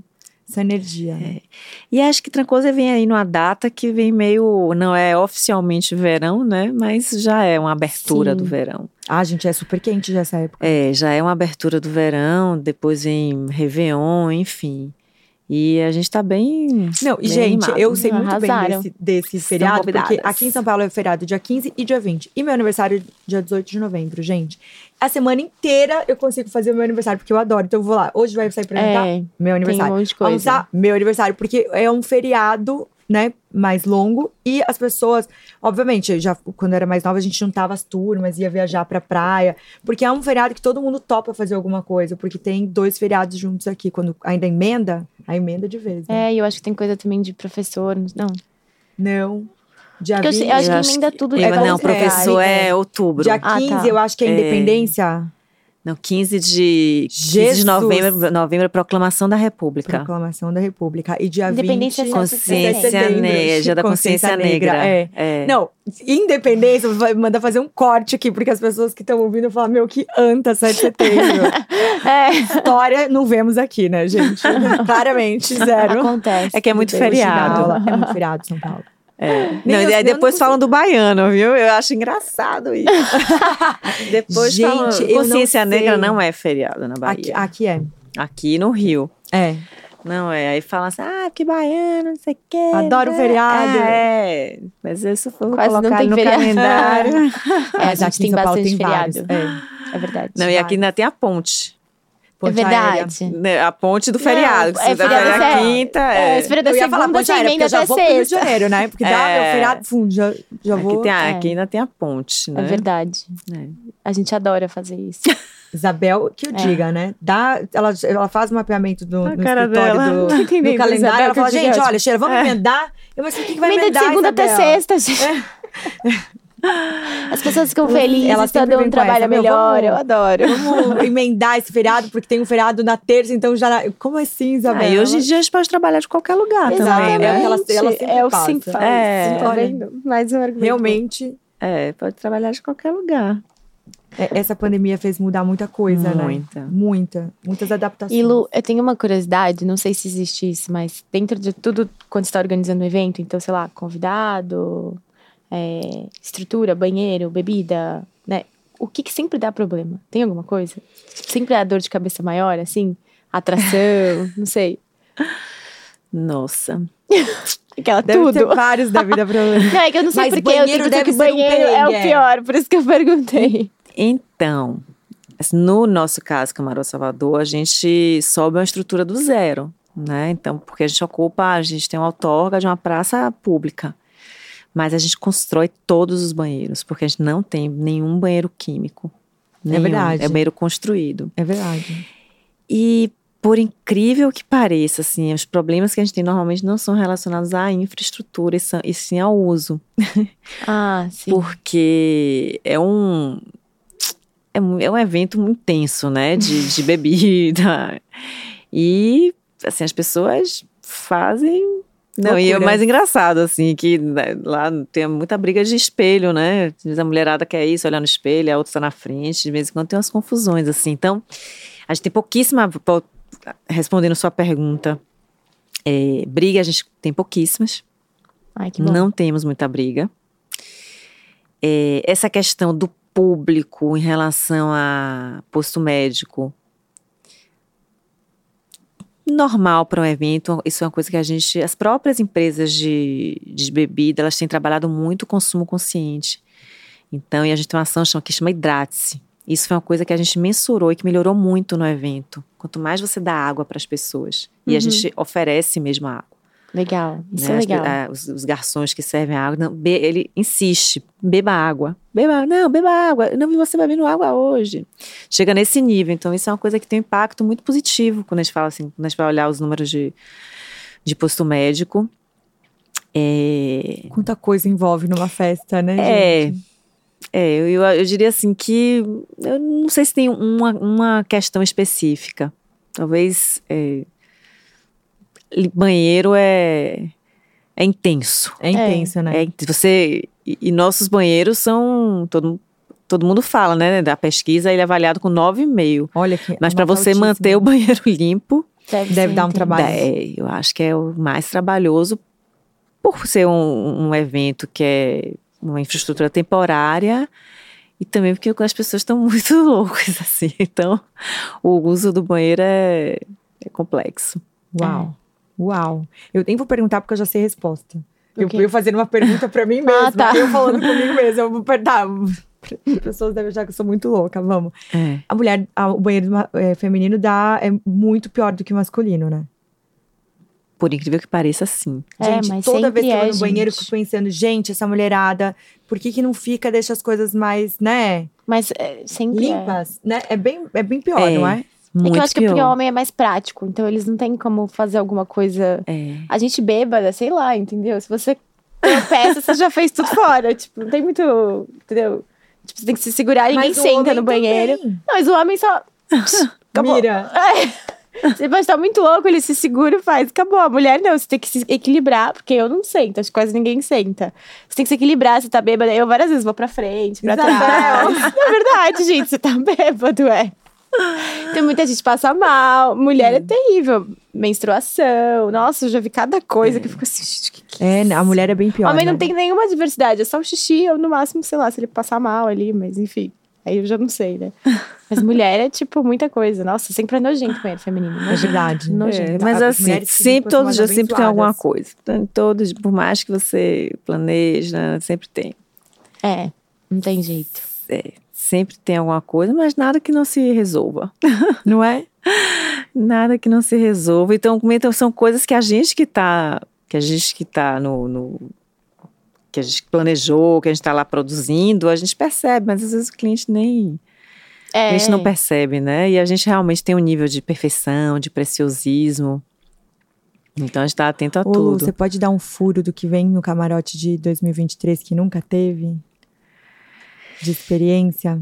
essa energia. Né? É. E acho que Trancoso vem aí numa data que vem meio, não é oficialmente verão, né? Mas já é uma abertura Sim. do verão. Ah, gente, é super quente já essa época. É, já é uma abertura do verão, depois vem Réveillon, enfim. E a gente tá bem. Não, e bem gente, animado. eu sei muito Arrasaram. bem desse, desse São feriado, convidadas. porque aqui em São Paulo é feriado dia quinze e dia vinte. E meu aniversário dia dezoito de novembro, gente. A semana inteira eu consigo fazer o meu aniversário, porque eu adoro. Então eu vou lá. Hoje vai sair pra jantar? É, Meu tem um aniversário. monte de coisa. Almoçar? Meu aniversário. Porque é um feriado, né, mais longo. E as pessoas, obviamente, já, quando eu era mais nova, a gente juntava as turmas, ia viajar pra praia. Porque é um feriado que todo mundo topa fazer alguma coisa. Porque tem dois feriados juntos aqui. Quando ainda emenda, a emenda de vez, né? É, e eu acho que tem coisa também de professor. Não. Não. Dia Porque eu, vinte, sei- eu acho Eu que acho emenda que- tudo. eu- é não, como- professor é, é, outubro. dia Ah, quinze, tá. eu acho que é É. independência. Não, quinze de, quinze de Jesus. novembro, novembro é Proclamação da República. Proclamação da República. E dia Independência vinte... é Consciência setembro. Negra, dia da consciência negra. É. É. Não, independência, vai mandar fazer um corte aqui, porque as pessoas que estão ouvindo falam, meu, que anta sete de setembro. É, História não vemos aqui, né, gente? Claramente, zero. acontece. É que é muito tudo bem. feriado. Aula. É muito feriado, São Paulo. É. Nem Não, eu- e aí nem eu depois não falam do baiano, viu? Eu acho engraçado isso. Depois Gente, falam. eu não Consciência sei. Negra não é feriado na Bahia. Aqui, aqui é. Aqui no Rio. É. Não é. Aí falam assim, ah, que baiano, não sei o quê. Adoro né? feriado. É. Mas isso for Quase não colocar tem no feriado. calendário. É, a Mas gente aqui em tem São Paulo bastante tem vários. feriado. É. É verdade. Não, e aqui ainda tem a ponte. É Ponte aérea. verdade. Né, a ponte do feriado. Não, que é você vai feriado pegar a é- quinta. É, É. esse feriado da Eu ia falar segunda, ponte você aérea, porque emenda eu já até vou pro Rio de sexta. Janeiro, né? Porque dá É. meu feriado, fundo, já, já Aqui, vou... tem a- É. aqui ainda tem a ponte, né? É verdade. É. A gente adora fazer isso. Isabel, que eu É. diga, né? Dá, ela, ela faz o mapeamento do, A no cara escritório dela. do, Tô entendendo, do calendário. Isabel, Ela que eu fala, diga, gente, ótimo. olha, Sheila, vamos É. emendar? Eu, mas o que, que vai Emenda de emendar, segunda até Isabel? sexta, gente. As pessoas ficam Elas- felizes, elas tá sempre dando vêm um com essa, trabalho meu, melhor. vamos- Eu adoro. Vamos emendar esse feriado, porque tem um feriado na terça, então já... na- Como assim, Isabel? Ah, e hoje em dia a gente pode trabalhar de qualquer lugar também, Exatamente. né? É o que ela- ela sempre é o passa. sim faz. É. Tá vendo? Mais um argumento. Realmente, É, pode trabalhar de qualquer lugar. é, essa pandemia fez mudar muita coisa, Muita. né? Muita. Muitas adaptações. E Lu, eu tenho uma curiosidade, não sei se existe isso, mas dentro de tudo, quando você está organizando um evento, então, sei lá, convidado, é, estrutura, banheiro, bebida, né? O que, que sempre dá problema? Tem alguma coisa? Sempre é dor de cabeça maior, assim? Atração, não sei. Nossa. Aquela Deve tudo. ter vários da vida pra Não, é que eu não sei Mas porque eu banheiro tenho que deve dizer que ser um banheiro é o perrengue, é. pior, por isso que eu perguntei. Então, assim, no nosso caso, Camarão Salvador, a gente sobe uma estrutura do zero, né? Então, porque a gente ocupa, a gente tem uma outorga de uma praça pública. Mas a gente constrói todos os banheiros, porque a gente não tem nenhum banheiro químico. Nenhum. verdade. É banheiro construído. É verdade. E, por incrível que pareça, assim, os problemas que a gente tem normalmente não são relacionados à infraestrutura, e são- e sim ao uso. Ah, sim. Porque é um, é um, é um evento muito intenso, né? De, de bebida. E, assim, as pessoas fazem... Não, e é o Loucuras. mais engraçado, assim, que né, lá tem muita briga de espelho, né? Às vezes a mulherada quer isso, olhar no espelho, a outra tá na frente, de vez em quando tem umas confusões, assim. Então, a gente tem pouquíssima... po- Respondendo sua pergunta, é, briga a gente tem pouquíssimas. Ai, que bom. Não temos muita briga. É, essa questão do público em relação a posto médico, normal para um evento, isso é uma coisa que a gente, as próprias empresas de, de bebida, elas têm trabalhado muito o consumo consciente. Então, e a gente tem uma ação chama- que chama Hidrate-se. Isso foi uma coisa que a gente mensurou e que melhorou muito no evento. Quanto mais você dá água para as pessoas, e a Uhum. gente oferece mesmo a água. Legal, isso Né, é as legal. pe- ah, os, os garçons que servem a água, não, be- ele insiste, beba água, beba, não, beba água, eu não vi você bebendo água hoje. Chega nesse nível, então isso é uma coisa que tem um impacto muito positivo quando a gente fala assim, quando a gente vai olhar os números de, de posto médico. É, Quanta coisa envolve numa festa, né, É, gente? é eu, eu, eu diria assim que eu não sei se tem uma, uma questão específica. Talvez é, li- banheiro é, é intenso. É intenso, né? É, você, e, e nossos banheiros são, todo, todo mundo fala, né, da pesquisa, ele é avaliado com nove vírgula cinco. Olha que Mas para nota você altíssima. manter o banheiro limpo, Deve, Deve ser, dar um entendi. trabalho. É, eu acho que é o mais trabalhoso por ser um, um evento que é uma infraestrutura temporária e também porque as pessoas estão muito loucas, assim. Então, o uso do banheiro é, é complexo. Uau. Uau. Eu nem vou perguntar porque eu já sei a resposta. Eu, quê? eu fazendo uma pergunta pra mim mesma. tá. Eu falando comigo mesma. Eu vou perguntar. As pessoas devem achar que eu sou muito louca. Vamos. É. A mulher, a- o banheiro ma- é, feminino dá, é muito pior do que o masculino, né? Por incrível que pareça, sim. É, Gente, mas toda sempre vez que eu vou é, no banheiro, eu gente. fico pensando, gente, essa mulherada, por que que não fica, deixa as coisas mais, né, Mas é, sempre é. limpas, né? É bem, é bem pior, É. não é? Muito É que eu acho que porque o pior. homem é mais prático, então eles não têm como fazer alguma coisa. É. A gente bêbada, sei lá, entendeu? Se você tropeça, você já fez tudo fora. Tipo, não tem muito. Entendeu? Tipo, você tem que se segurar, ninguém Mas o senta homem no banheiro. também. Não, mas o homem só. Acabou. Mira. Você pode estar muito louco, ele se segura e faz, acabou. A mulher não, você tem que se equilibrar, porque eu não sento, acho que quase ninguém senta. Você tem que se equilibrar, você tá bêbada. Eu várias vezes vou pra frente, pra Isabel. trás. É verdade, gente, você tá bêbado, é. Tem muita gente que passa mal, mulher é terrível. Menstruação, nossa, eu já vi cada coisa que eu fico assim, gente, que que É, a mulher é bem pior, Homem né? não tem nenhuma diversidade, é só o xixi, ou no máximo, sei lá, se ele passar mal ali, mas enfim. Aí eu já não sei, né? Mas mulher é, tipo, muita coisa. Nossa, sempre é nojento banheiro feminino. É Nojento. verdade. Nojento. É, mas As assim, mulheres que sempre, limpam são todos os dias, mais sempre tem alguma abençoadas. coisa. Então, todos, por mais que você planeja, sempre tem. É, não tem jeito. É, sempre tem alguma coisa, mas nada que não se resolva. Não é? Nada que não se resolva. Então, então são coisas que a gente que tá, que a gente que tá no, no que a gente planejou, que a gente está lá produzindo, a gente percebe, mas às vezes o cliente nem É. a gente não percebe, né? E a gente realmente tem um nível de perfeição, de preciosismo. Então a gente está atento a Ô, Lu, tudo. você pode dar um furo do que vem no camarote de dois mil e vinte e três que nunca teve? De experiência?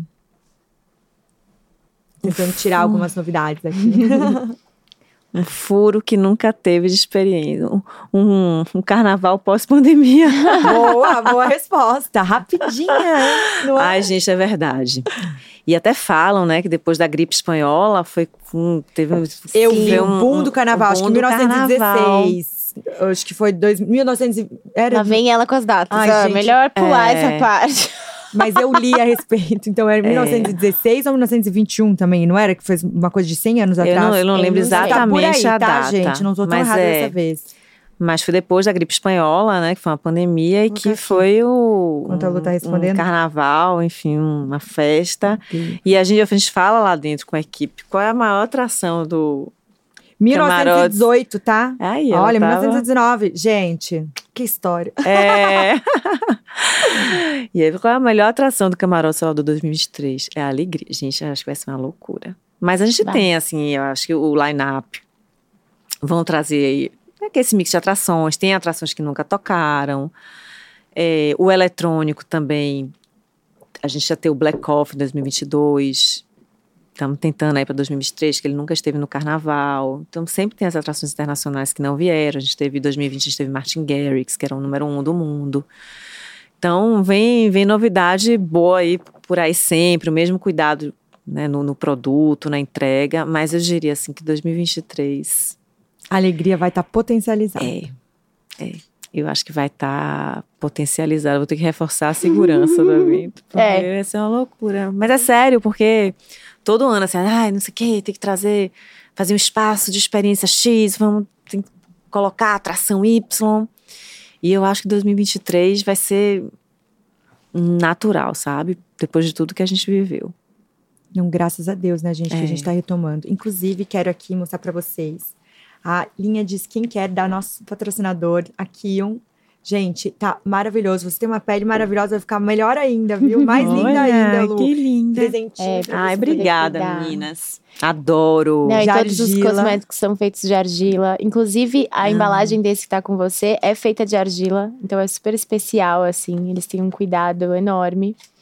Tentando tirar algumas novidades aqui. Um furo que nunca teve de experiência. Um, um, um carnaval pós-pandemia. Boa, boa resposta. Rapidinha, não é? Ai, gente, é verdade. E até falam, né, que depois da gripe espanhola foi um, teve um, Eu foi vi o um- boom do carnaval, um acho que boom mil do novecentos e carnaval. dezesseis. Acho que foi dois, mil e novecentos e- era, Lá vem ela com as datas. Ai, ó, gente, melhor pular é. essa parte. mas eu li a respeito. Então era mil novecentos e dezesseis ou mil novecentos e vinte e um também, não era? Que foi uma coisa de cem anos Eu atrás. não, eu não Eu lembro não sei. Tá por exatamente aí, a tá, data. gente? Não tô tão mas errada é, dessa vez. Mas foi depois da gripe espanhola, né? Que foi uma pandemia e Vou que colocar aqui. foi o Enquanto a Lu tá um- respondendo. um carnaval, enfim, uma festa. Deus. E a gente, a gente fala lá dentro com a equipe qual é a maior atração do. mil novecentos e dezoito, tá? Aí, ela Olha, tava- mil novecentos e dezenove. Gente, que história. É. E aí, qual é a melhor atração do Camarote Salvador dois mil e vinte e três? É a alegria. Gente, acho que vai ser uma loucura. Mas a gente Vai. tem, assim, eu acho que o line-up vão trazer aí é esse mix de atrações. Tem atrações que nunca tocaram. É, o eletrônico também. A gente já tem o Black Coffee em dois mil e vinte e dois. Estamos tentando aí para dois mil e vinte e três, que ele nunca esteve no carnaval. Então, sempre tem as atrações internacionais que não vieram. A gente teve, em dois mil e vinte, a gente teve Martin Garrix, que era o número um do mundo. Então, vem, vem novidade boa aí por aí sempre, o mesmo cuidado, né, no, no produto, na entrega. Mas eu diria assim que dois mil e vinte e três... A alegria vai estar potencializada. É, é. Eu acho que vai estar potencializado. Vou ter que reforçar a segurança do evento. Porque É. vai ser uma loucura. Mas é sério, porque todo ano, assim, ai, não sei o quê, tem que trazer, fazer um espaço de experiência X, vamos tem que colocar atração Y. E eu acho que dois mil e vinte e três vai ser natural, sabe? Depois de tudo que a gente viveu. Não, graças a Deus, né, gente, que É. a gente tá retomando. Inclusive, quero aqui mostrar pra vocês a linha de skincare da nosso patrocinador, a Kion. Gente, tá maravilhoso. Você tem uma pele maravilhosa, vai ficar melhor ainda, viu? Mais linda Olha, ainda, Lu. que linda. Presentinho É, pra Ai, você poder obrigada, cuidar. meninas. Adoro. Não, e De todos os argila. cosméticos são feitos de argila. Inclusive, a embalagem desse que tá com você é feita de argila. Então, é super especial, assim. Eles têm um cuidado enorme.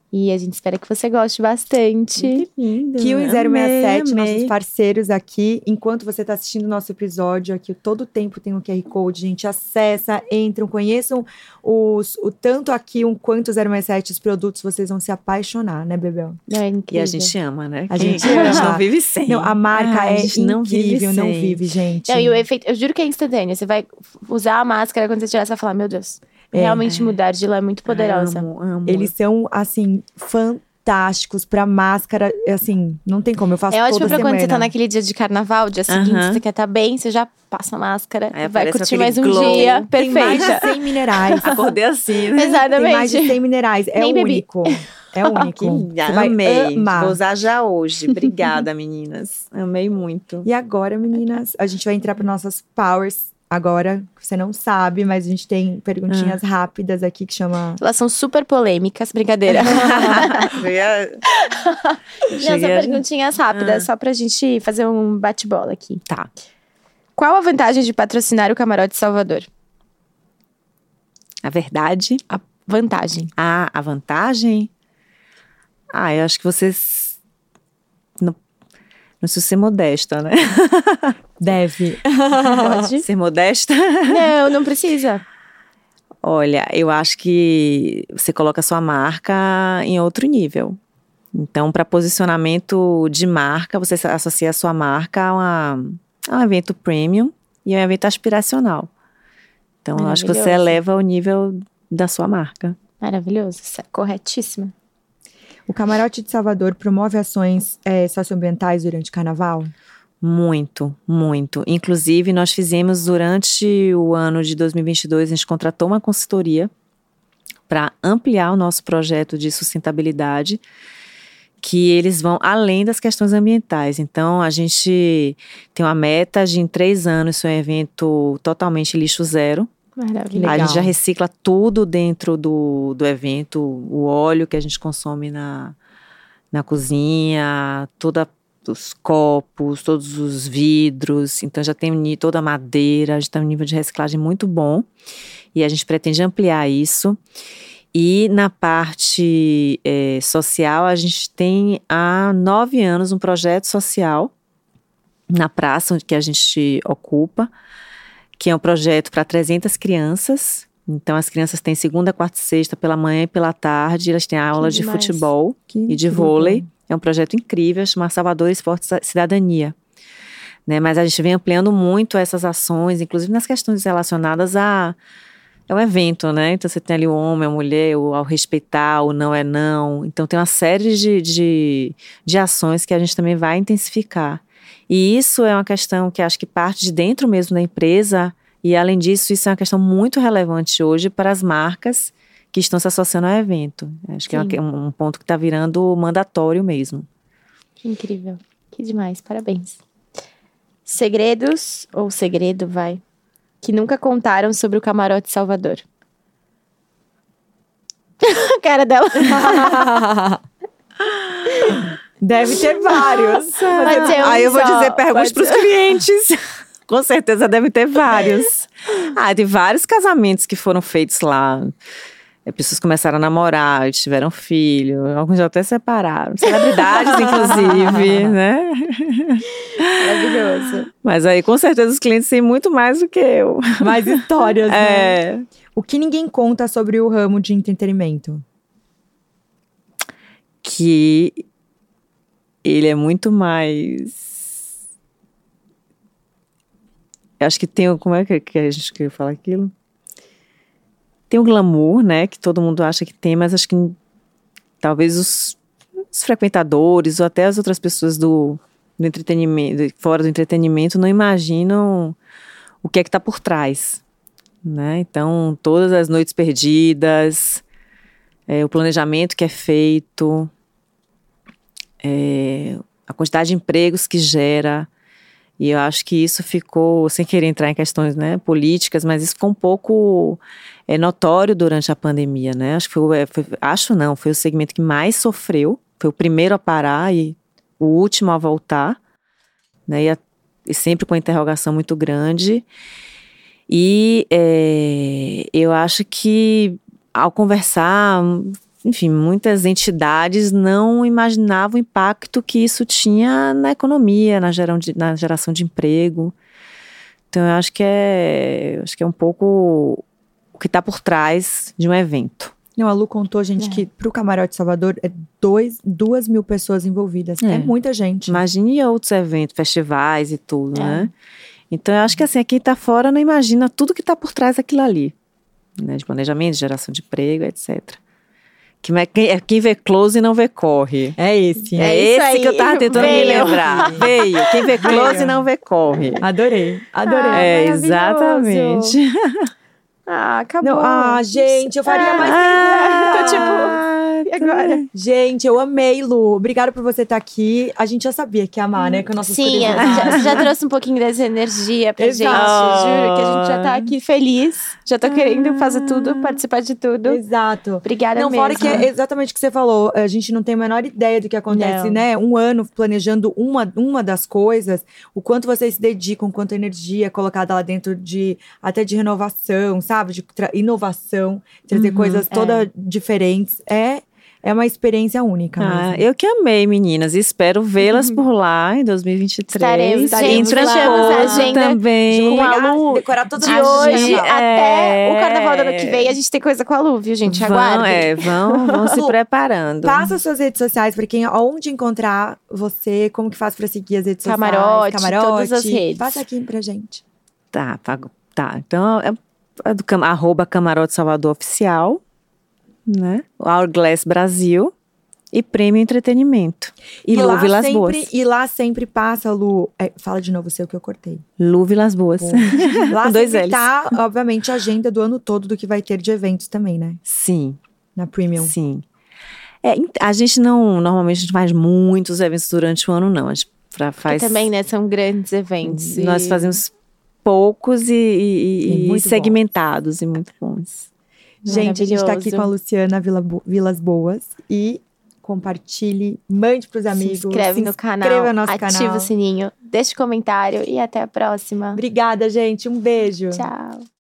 E a gente espera que você goste bastante. Que lindo. Kiwi zero seis sete, amei. nossos parceiros aqui. Enquanto você está assistindo o nosso episódio aqui, todo o tempo tem um Q R Code, gente. Acessa, entram, conheçam os, o tanto aqui um quanto zero seis sete, os produtos, vocês vão se apaixonar, né, Bebel? Não, é E incrível. a gente ama, né? A Quem- gente A gente ama. não vive sem. Não, a marca Ah, é a gente não vive incrível, não sem. vive, gente. Não, e o efeito, eu juro que é instantâneo. Você vai usar a máscara, quando você tirar, você vai falar, meu Deus. É. Realmente mudar de lá é muito poderosa. Amo, amo. Eles são, assim, fantásticos pra máscara. Assim, não tem como, eu faço É ótimo toda pra semana. quando você tá naquele dia de carnaval, dia seguinte, Aham. você quer estar bem, você já passa a máscara, Aí vai aparece curtir aquele mais um glow. dia. Tem mais de Perfeita. cem minerais. Acordei assim, né? Exatamente. Tem mais de cem minerais. É Nem bebi. único. É único. Que linda. Você vai Amei. amar. Vou usar já hoje. Obrigada, meninas. Amei muito. E agora, meninas, a gente vai entrar para nossas powers. Agora, você não sabe, mas a gente tem perguntinhas Ah. rápidas aqui que chama. Elas são super polêmicas, brincadeira. Cheguei- Não, são cheguei a- perguntinhas rápidas, Ah. só pra gente fazer um bate-bola aqui. Tá. Qual a vantagem de patrocinar o Camarote Salvador? A verdade. A vantagem. Ah, a vantagem? Ah, eu acho que vocês. Não, não preciso ser modesta, né? Deve. Pode? Ser modesta? Não, não precisa. Olha, eu acho que você coloca a sua marca em outro nível. Então, para posicionamento de marca, você associa a sua marca a, uma, a um evento premium e a um evento aspiracional. Então, eu acho que você Maravilhoso. eleva o nível da sua marca. Maravilhoso, isso é corretíssima. O Camarote de Salvador promove ações é, socioambientais durante o carnaval? Muito, muito. Inclusive, nós fizemos durante o ano de dois mil e vinte e dois, a gente contratou uma consultoria para ampliar o nosso projeto de sustentabilidade, que eles vão além das questões ambientais. Então, a gente tem uma meta de, em três anos, ser um evento totalmente lixo zero. Maravilhoso. A gente já Legal. recicla tudo dentro do, do evento, o óleo que a gente consome na, na cozinha, toda os copos, todos os vidros. Então, já tem um ni- toda a madeira, a gente tem um nível de reciclagem muito bom. E a gente pretende ampliar isso. E na parte eh, social, a gente tem há nove anos um projeto social na praça onde que a gente ocupa, que é um projeto para trezentas crianças. Então, as crianças têm segunda, quarta e sexta pela manhã e pela tarde. Elas têm aula de demais. futebol Que e de incrível. vôlei. É um projeto incrível, chama Salvador Esporte e Cidadania. Né? Mas a gente vem ampliando muito essas ações, inclusive nas questões relacionadas a... É um evento, né? Então, você tem ali o homem, a mulher, o ao respeitar, o não é não. Então, tem uma série de, de, de ações que a gente também vai intensificar. E isso é uma questão que acho que parte de dentro mesmo da empresa, e além disso, isso é uma questão muito relevante hoje para as marcas que estão se associando ao evento. Acho que Sim. é um, um ponto que está virando mandatório mesmo. Que incrível. Que demais, parabéns. Segredos, ou segredo, vai, que nunca contaram sobre o Camarote Salvador. A cara dela. Deve ter vários. Pode ser um Aí eu vou só, dizer, pergunte pode para os ser. clientes. Com certeza deve ter vários. Ah, tem vários casamentos que foram feitos lá. É, pessoas começaram a namorar, tiveram filho, alguns já até separaram. Celebridades, inclusive, né? Maravilhoso. Mas aí, com certeza, os clientes têm muito mais do que eu. Mais histórias, né? É. O que ninguém conta sobre o ramo de entretenimento? Que ele é muito mais... Eu acho que tem... Como é que que a gente queria falar aquilo? Tem o glamour, né? Que todo mundo acha que tem, mas acho que talvez os, os frequentadores ou até as outras pessoas do, do entretenimento, fora do entretenimento, não imaginam o que é que está por trás, né? Então, todas as noites perdidas, é, o planejamento que é feito, é, a quantidade de empregos que gera. E eu acho que isso ficou, sem querer entrar em questões, né, políticas, mas isso ficou um pouco é, notório durante a pandemia, né? Acho que foi, foi, acho não, foi o segmento que mais sofreu, foi o primeiro a parar e o último a voltar, né? E, a, e sempre com a interrogação muito grande. E é, eu acho que ao conversar, enfim, muitas entidades não imaginavam o impacto que isso tinha na economia, na, geram de, na geração de emprego. Então, eu acho que é, acho que é um pouco o que está por trás de um evento. Não, a Lu contou, gente, é. que pro Camarote Salvador é dois, duas mil pessoas envolvidas. É, é muita gente. Imagine outros eventos, festivais e tudo, é. né? Então, eu acho que assim, quem tá fora não imagina tudo que tá por trás daquilo ali. Né? De planejamento, de geração de emprego, etcétera. Quem, quem vê close não vê corre. É esse. É, é esse aí. Que eu tava tentando Veio. me lembrar. Veio. Quem vê close Veio. não vê corre. Adorei, adorei. Ah, é, exatamente. Ah, acabou. Não, ah, gente, eu faria ah, mais ah, perguntas. Tô tipo... E agora? Gente, eu amei, Lu. Obrigada por você estar aqui. A gente já sabia que ia amar, né? Com nossas Sim, já, já trouxe um pouquinho dessa energia pra Exato. gente. Oh. Juro que a gente já tá aqui feliz. Já tô querendo fazer tudo, participar de tudo. Exato. Obrigada não, mesmo. Fora que é exatamente o que você falou. A gente não tem a menor ideia do que acontece, não. né? Um ano planejando uma, uma das coisas. O quanto vocês se dedicam, quanto energia é colocada lá dentro de... Até de renovação, sabe? De inovação. Trazer uhum, coisas todas é. diferentes. É... É uma experiência única ah, mesmo. Eu que amei, meninas. E espero vê-las uhum. por lá em dois mil e vinte e três. Estaremos. Estaremos a agenda também. Com a Lu. Decorar todos de os hoje é... até o carnaval do ano que vem. A gente tem coisa com a Lu, viu, gente? Aguardem. É, vão, vão se preparando. Passa suas redes sociais pra quem, onde encontrar você, como que faz pra seguir as redes Camarote, sociais. Camarote, todas as redes. Passa aqui pra gente. Tá, tá. Então, é, é do arroba Camarote Salvador Oficial, né? Hourglass Brasil. E Prêmio Entretenimento. E, e Lu Vilas sempre, Boas. E lá sempre passa, Lu... É, fala de novo, sei o que eu cortei. Lu Vilas Boas. Lá Com dois sempre L's. tá, obviamente, a agenda do ano todo do que vai ter de eventos também, né? Sim. Na Premium. Sim. É, a gente não... Normalmente, a gente faz muitos eventos durante o ano, não. A gente faz... Porque também, né? São grandes eventos. Nós e... fazemos poucos e, e, e, e segmentados bons. E muito bons. Gente, a gente tá aqui com a Luciana Vila Bo- Vilas Boas. E... compartilhe, mande pros amigos. Se inscreve se no canal, inscreva no nosso ativa canal. o sininho, deixe comentário e até a próxima. Obrigada, gente. Um beijo. Tchau.